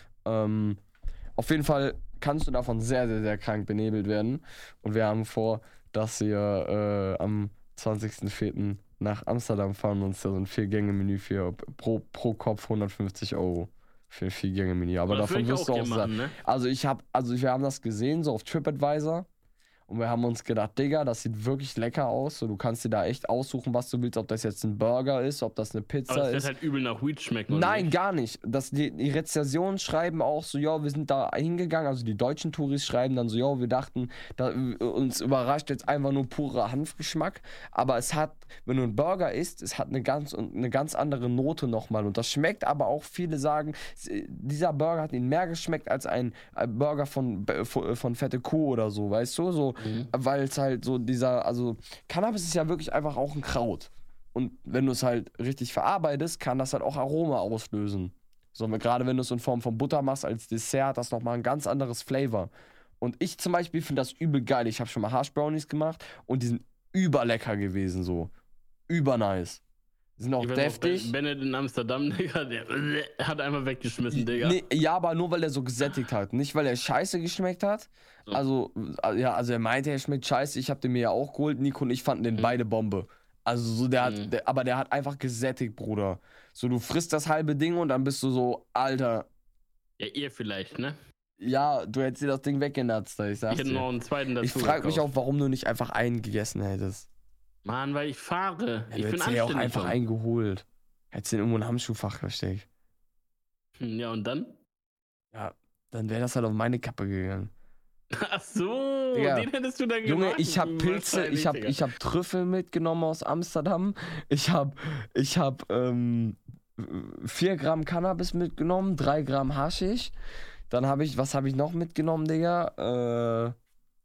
Auf jeden Fall kannst du davon sehr, sehr, sehr krank benebelt werden. Und wir haben vor, dass wir am 20.04. nach Amsterdam fahren und uns da so ein 4-Gänge-Menü pro Kopf 150 € für ein 4-Gänge-Menü. Aber davon wirst du auch sagen. Ne? Also wir haben das gesehen, so auf TripAdvisor. Und wir haben uns gedacht, Digga, das sieht wirklich lecker aus. So, du kannst dir da echt aussuchen, was du willst. Ob das jetzt ein Burger ist, ob das eine Pizza ist. Aber das wird halt übel nach Weed schmecken. Nein, gar nicht. Die Rezensionen schreiben auch so, ja, wir sind da hingegangen. Also die deutschen Touris schreiben dann so, ja, wir dachten, uns überrascht jetzt einfach nur purer Hanfgeschmack. Aber es hat, wenn du einen Burger isst, es hat eine ganz andere Note nochmal. Und das schmeckt aber auch, viele sagen, dieser Burger hat ihnen mehr geschmeckt als ein Burger von Fette Kuh oder so, weißt du? So, weil es halt so also Cannabis ist ja wirklich einfach auch ein Kraut. Und wenn du es halt richtig verarbeitest, kann das halt auch Aroma auslösen. So, gerade wenn du es in Form von Butter machst als Dessert, hat das nochmal ein ganz anderes Flavor. Und ich zum Beispiel finde das übel geil. Ich habe schon mal Hash Brownies gemacht und die sind überlecker gewesen, so. Übernice. Die sind auch deftig. Bennett in Amsterdam, Digga, der hat einfach weggeschmissen, Digga. Nee, ja, aber nur weil er so gesättigt hat. Nicht, weil er scheiße geschmeckt hat. So. Also er meinte, er schmeckt scheiße. Ich habe den mir ja auch geholt. Nico und ich fanden den beide Bombe. Also so, aber der hat einfach gesättigt, Bruder. So, du frisst das halbe Ding und dann bist du so, Alter. Ja, ihr vielleicht, ne? Ja, du hättest dir das Ding weggenatzt, ich sag's dir. Genau, einen zweiten dazu. Ich frag mich auch, warum du nicht einfach einen gegessen hättest. Mann, weil ich fahre. Ja, ich bin anständig. Ja auch einfach einen geholt. Hättest den irgendwo im Handschuhfach versteckt. Ja, und dann? Ja, dann wäre das halt auf meine Kappe gegangen. Ach so, ja. Den hättest du dann gemacht. Junge, ich hab Pilze, ich hab Trüffel mitgenommen aus Amsterdam. Ich hab 4 Gramm Cannabis mitgenommen, 3 Gramm Haschisch. Dann was habe ich noch mitgenommen, Digga?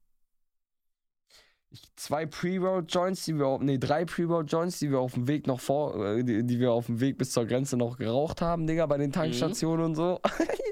3 Pre-Roll-Joints, die wir auf dem Weg die wir auf dem Weg bis zur Grenze noch geraucht haben, Digga, bei den Tankstationen und so.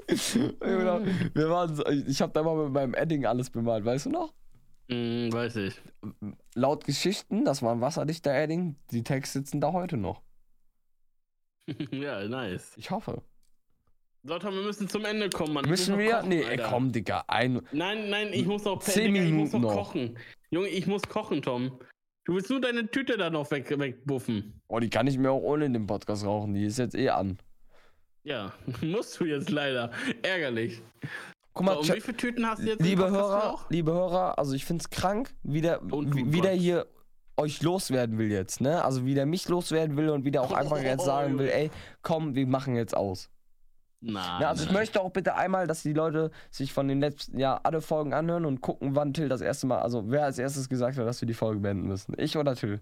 Ich hab da mal mit meinem Edding alles bemalt, weißt du noch? Weiß ich. Laut Geschichten, das war ein wasserdichter Edding, die Texte sitzen da heute noch. Ja, nice. Ich hoffe. So, Tom, wir müssen zum Ende kommen, Mann. Müssen wir? Kochen, nee, komm, Digga. Nein, ich muss noch 10 Minuten ich muss noch noch kochen. Junge, ich muss kochen, Tom. Du willst nur deine Tüte da noch wegbuffen. Oh, die kann ich mir auch ohne in dem Podcast rauchen. Die ist jetzt eh an. Ja, musst du jetzt leider. Ärgerlich. Guck mal, so, wie viele Tüten hast du jetzt? Liebe Hörer, also ich find's krank, wie der hier euch loswerden will jetzt, ne? Also wie der mich loswerden will und wie der auch einfach jetzt sagen will, ey, komm, wir machen jetzt aus. Nein. Ja, also ich möchte auch bitte einmal, dass die Leute sich von den letzten Jahr alle Folgen anhören und gucken, wann Till das erste Mal, also wer als erstes gesagt hat, dass wir die Folge beenden müssen. Ich oder Till?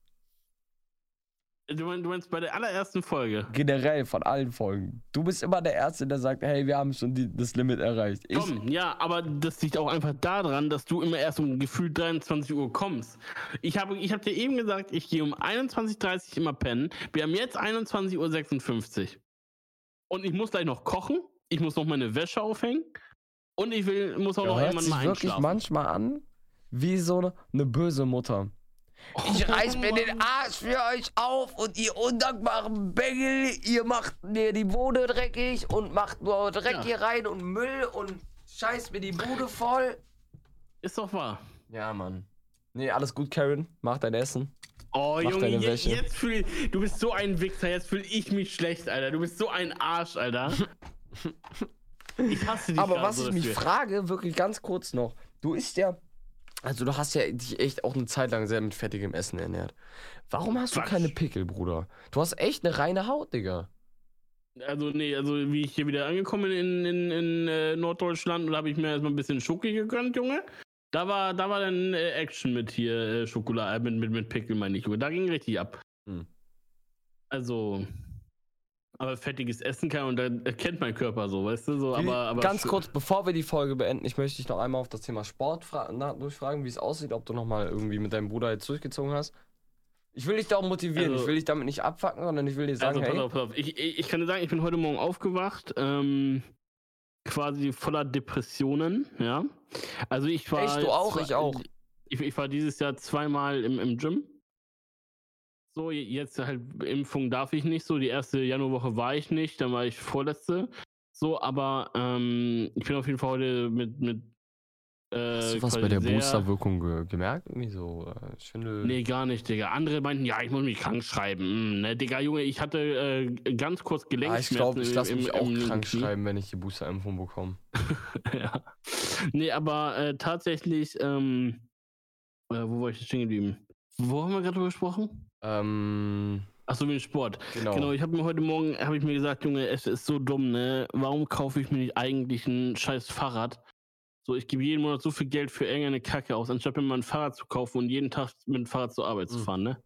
Du meinst bei der allerersten Folge? Generell von allen Folgen. Du bist immer der Erste, der sagt, hey, wir haben schon das Limit erreicht. Komm, ja, aber das liegt auch einfach daran, dass du immer erst um gefühlt 23 Uhr kommst. Ich hab dir eben gesagt, ich gehe um 21:30 Uhr immer pennen. Wir haben jetzt 21:56 Uhr. Und ich muss gleich noch kochen, ich muss noch meine Wäsche aufhängen und muss auch noch hört irgendwann sich mal wirklich einschlafen. manchmal an wie so eine böse Mutter. Ich reiß mir den Arsch für euch auf und ihr undankbaren Bengel, ihr macht mir die Bude dreckig und macht nur Dreck hier rein und Müll und scheißt mir die Bude voll. Ist doch wahr. Ja, Mann. Nee, alles gut, Karen. Mach dein Essen. Oh, Mach Junge, deine Wäsche. jetzt du bist so ein Wichser, jetzt fühle ich mich schlecht, Alter. Du bist so ein Arsch, Alter. Ich hasse dich. Aber was so ich mich dafür. frage, wirklich ganz kurz noch, du hast ja dich echt auch eine Zeit lang sehr mit fettigem Essen ernährt. Warum hast du Quatsch. keine Pickel, Bruder? Du hast echt eine reine Haut, Digga. Also wie ich hier wieder angekommen bin in Norddeutschland, da habe ich mir erstmal ein bisschen Schoki gegönnt, Junge. Da war dann Action mit hier Schokolade, mit Pickel, meine ich, Junge. Da ging richtig ab. Also, aber fettiges Essen kann und da erkennt mein Körper so, weißt du? So, aber Ganz kurz, bevor wir die Folge beenden, ich möchte dich noch einmal auf das Thema Sport durchfragen, wie es aussieht, ob du nochmal irgendwie mit deinem Bruder jetzt durchgezogen hast. Ich will dich da auch motivieren, Also, ich will dich damit nicht abfacken, sondern ich will dir sagen, pass auf. Ich kann dir sagen, ich bin heute Morgen aufgewacht, quasi voller Depressionen, ja. Also ich war... Echt, du auch? Ich auch. Ich war dieses Jahr zweimal im Gym. So, jetzt halt Impfung darf ich nicht so. Die erste Januarwoche war ich nicht, dann war ich vorletzte. So, aber ich bin auf jeden Fall heute mit hast du was quasi bei der sehr- Boosterwirkung gemerkt? Irgendwie so Schwindel? Nee, gar nicht, Digga. Andere meinten, ja, ich muss mich krank schreiben. Ne, Digga, Junge, ich hatte ganz kurz Ich Gelenkschmerzen. glaube, ich lasse mich auch linken krank Knie. schreiben, wenn ich die Boosterimpfung bekomme. Ja. Nee, aber tatsächlich, wo war ich jetzt stehen geblieben? Wo haben wir gerade drüber gesprochen? Achso, mit dem Sport. Genau, ich habe mir heute Morgen gesagt, Junge, es ist so dumm, ne? Warum kaufe ich mir nicht eigentlich ein scheiß Fahrrad? So, ich gebe jeden Monat so viel Geld für irgendeine Kacke aus, anstatt mir mal ein Fahrrad zu kaufen und jeden Tag mit dem Fahrrad zur Arbeit zu fahren, ne?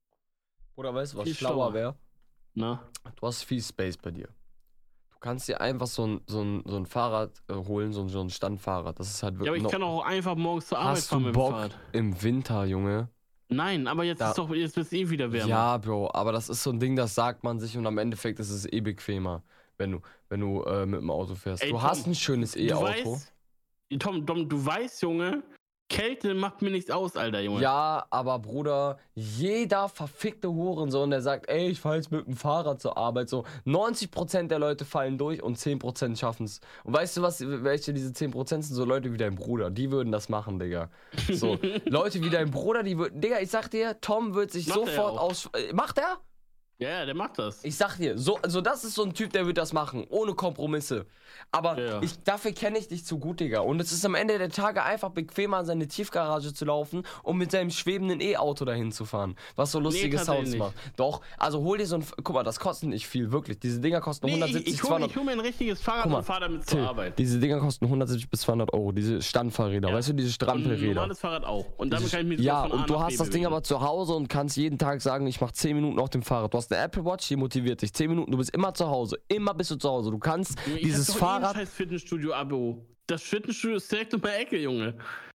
Oder weißt du, was Viel schlauer schlauer. wäre? Na? Du hast viel Space bei dir. Du kannst dir einfach so ein Fahrrad holen, so ein Standfahrrad. Das ist halt Ja, aber wirklich ich kann auch einfach morgens zur Arbeit Hast fahren du mit dem Bock Fahrrad. im Winter, Junge? Nein, aber jetzt Da- wird es eh wieder wärmer. Ja, Bro, aber das ist so ein Ding, das sagt man sich und am Endeffekt ist es eh bequemer, wenn du mit dem Auto fährst. Ey, Du Tom, hast ein schönes Du E-Auto. weißt, Tom, du weißt, Junge, Kälte macht mir nichts aus, Alter, Junge. Ja, aber Bruder, jeder verfickte Hurensohn, der sagt, ey, ich fahr jetzt mit dem Fahrrad zur Arbeit, so 90% der Leute fallen durch und 10% schaffen's. Und weißt du was, welche diese 10% sind? So Leute wie dein Bruder, die würden das machen, Digga. So, Leute wie dein Bruder, die würden, Digga, ich sag dir, Tom wird sich Macht er sofort auch. macht er? Ja, der macht das. Ich sag dir, so das ist so ein Typ, der wird das machen, ohne Kompromisse. Aber Ja. dafür kenne ich dich zu gut, Digga. Und es ist am Ende der Tage einfach bequemer, in seine Tiefgarage zu laufen, um mit seinem schwebenden E-Auto dahin zu fahren. Was so lustige tatsächlich Sounds macht. Doch, also hol dir so ein, guck mal, das kostet nicht viel, wirklich. Diese Dinger kosten Nee, 170, ich hol 200. mir ein richtiges Fahrrad Guck mal, und fahr damit zur Till, Arbeit. diese Dinger kosten 170 bis 200 Euro, diese Standfahrräder, Ja. weißt du, diese Und ein Strampelräder. normales Fahrrad auch. Und damit kann ich mich so Ja, von A und du nach B hast das Ding bewegen. aber zu Hause und kannst jeden Tag sagen, ich mache 10 Minuten auf dem Fahrrad. Du hast eine Apple Watch, die motiviert dich. 10 Minuten, du bist immer zu Hause. Immer bist du zu Hause. Du kannst Junge, ich dieses hab doch Fahrrad... Eh ein scheiß Fitnessstudio-Abo. Das Fitnessstudio ist direkt um die Ecke, Junge.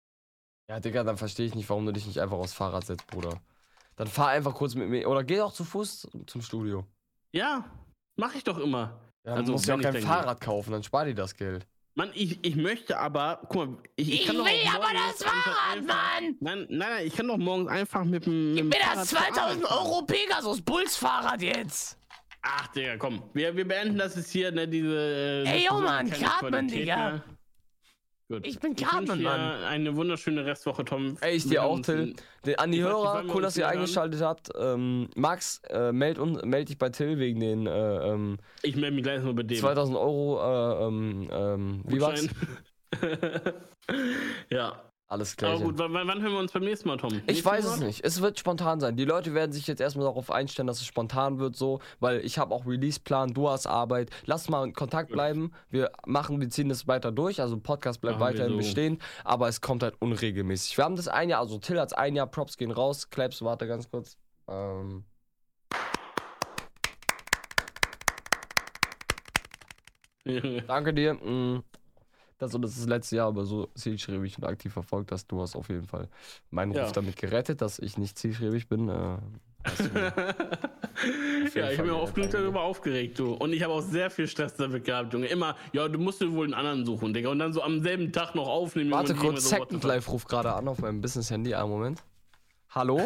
Ja, Digga, dann verstehe ich nicht, warum du dich nicht einfach aufs Fahrrad setzt, Bruder. Dann fahr einfach kurz mit mir. Oder geh doch zu Fuß zum Studio. Ja, mach ich doch immer. Ja, Also, du musst ja auch wenn ich kein denn Fahrrad kaufen, dann spar dir das Geld. Mann, ich möchte aber, guck mal, ich kann doch will auch aber morgens das Fahrrad, einfach- Mann! Nein, ich kann doch morgens einfach mit dem Gib mir Fahrrad das zur Arbeit 2000 fahren. Euro Pegasus Bulls Fahrrad jetzt! Ach, Digga, komm. Wir beenden das jetzt hier, ne, diese... Ey, so Mann, keine Cartman, Qualität Digga. mehr. Gut. Ich bin wünsche Cartman, dir Mann. eine wunderschöne Restwoche, Tom. Ey, ich Wir dir hören auch, uns Till. An die Ich weiß nicht, Hörer, wann wir cool, uns dass ihr wieder hören. eingeschaltet habt. Max, meld dich bei Till wegen den Ich melde mich gleich mal bei dem. 2000 Euro, wie war's? Gutschein. Ja. Alles klar. Aber gut, wann hören wir uns beim nächsten Mal, Tom? Ich weiß es nicht. Es wird spontan sein. Die Leute werden sich jetzt erstmal darauf einstellen, dass es spontan wird, so, weil ich habe auch Release-Plan, du hast Arbeit. Lass mal in Kontakt bleiben. Wir ziehen das weiter durch. Also Podcast bleibt weiterhin bestehen, aber es kommt halt unregelmäßig. Wir haben das ein Jahr, also Till hat's ein Jahr, Props gehen raus. Claps, warte ganz kurz. Danke dir. Das ist das letzte Jahr, aber so zielstrebig und aktiv verfolgt hast. Du hast auf jeden Fall meinen Ruf damit gerettet, dass ich nicht zielstrebig bin. Ja, ich habe mir oft genug darüber aufgeregt, du. Und ich habe auch sehr viel Stress damit gehabt, Junge. Immer, ja, du musst dir wohl einen anderen suchen, Digga. Und dann so am selben Tag noch aufnehmen. Warte kurz, so, Second Life ruft gerade an auf meinem Business-Handy. Einen Moment. Hallo?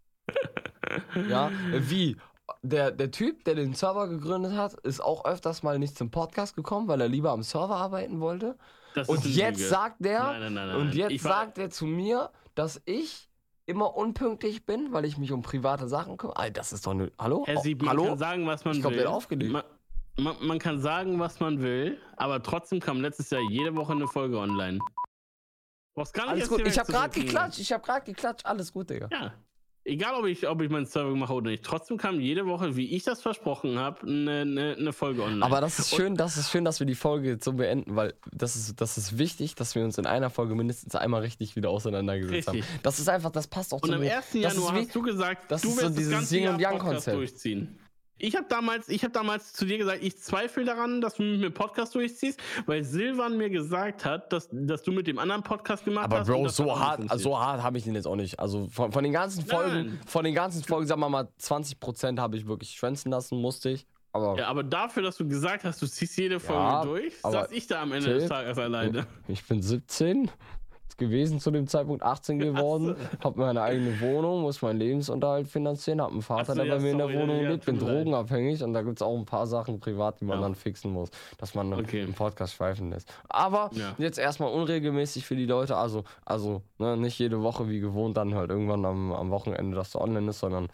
Ja, wie? Der Typ, der den Server gegründet hat, ist auch öfters mal nicht zum Podcast gekommen, weil er lieber am Server arbeiten wollte. Und jetzt sagt der, und jetzt sagt er zu mir, dass ich immer unpünktlich bin, weil ich mich um private Sachen kümmere. Alter, das ist doch eine... Hallo? Man kann sagen, was man will. Ich komplett aufgelegt. Man kann sagen, was man will, aber trotzdem kam letztes Jahr jede Woche eine Folge online. Was gar nicht alles gut, ich hab gerade geklatscht. Alles gut, Digga. Ja. Egal, ob ich meinen Server mache oder nicht. Trotzdem kam jede Woche, wie ich das versprochen habe, eine Folge online. Aber das ist schön, dass wir die Folge jetzt so beenden, weil das ist wichtig, dass wir uns in einer Folge mindestens einmal richtig wieder auseinandergesetzt haben. Das ist einfach, das passt auch zu mir. Und am 1. Januar hast du gesagt, du wirst das ganze Jahr Podcast durchziehen. Ich habe damals zu dir gesagt, ich zweifle daran, dass du mit mir Podcast durchziehst, weil Silvan mir gesagt hat, dass du mit dem anderen Podcast gemacht hast. Aber Bro, so hart habe ich den jetzt auch nicht. Also von den ganzen Folgen, sagen wir mal 20% habe ich wirklich schwänzen lassen, musste ich. Aber dafür, dass du gesagt hast, du ziehst jede Folge durch, saß ich da am Ende des Tages alleine. Ich bin 17 gewesen zu dem Zeitpunkt, 18 geworden, hab meine eigene Wohnung, muss meinen Lebensunterhalt finanzieren, hab einen Vater, der bei mir in der Wohnung lebt, bin drogenabhängig und da gibt's auch ein paar Sachen privat, die man dann fixen muss, dass man im Podcast schweifen lässt. Aber jetzt erstmal unregelmäßig für die Leute, also nicht jede Woche wie gewohnt, dann halt irgendwann am Wochenende, dass du online ist, sondern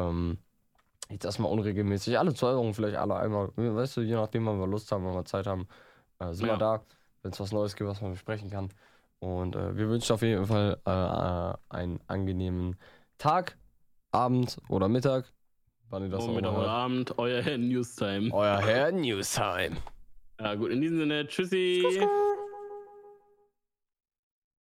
jetzt erstmal unregelmäßig, alle 2 Wochen vielleicht alle einmal, weißt du, je nachdem, wann wir Lust haben, wenn wir Zeit haben, sind wir da, wenn es was Neues gibt, was man besprechen kann. Und wir wünschen auf jeden Fall einen angenehmen Tag, Abend oder Mittag. Wann ihr das auch Mittag oder Abend, euer Herr Newstime. Euer Herr Newstime. Ja gut, in diesem Sinne, tschüssi.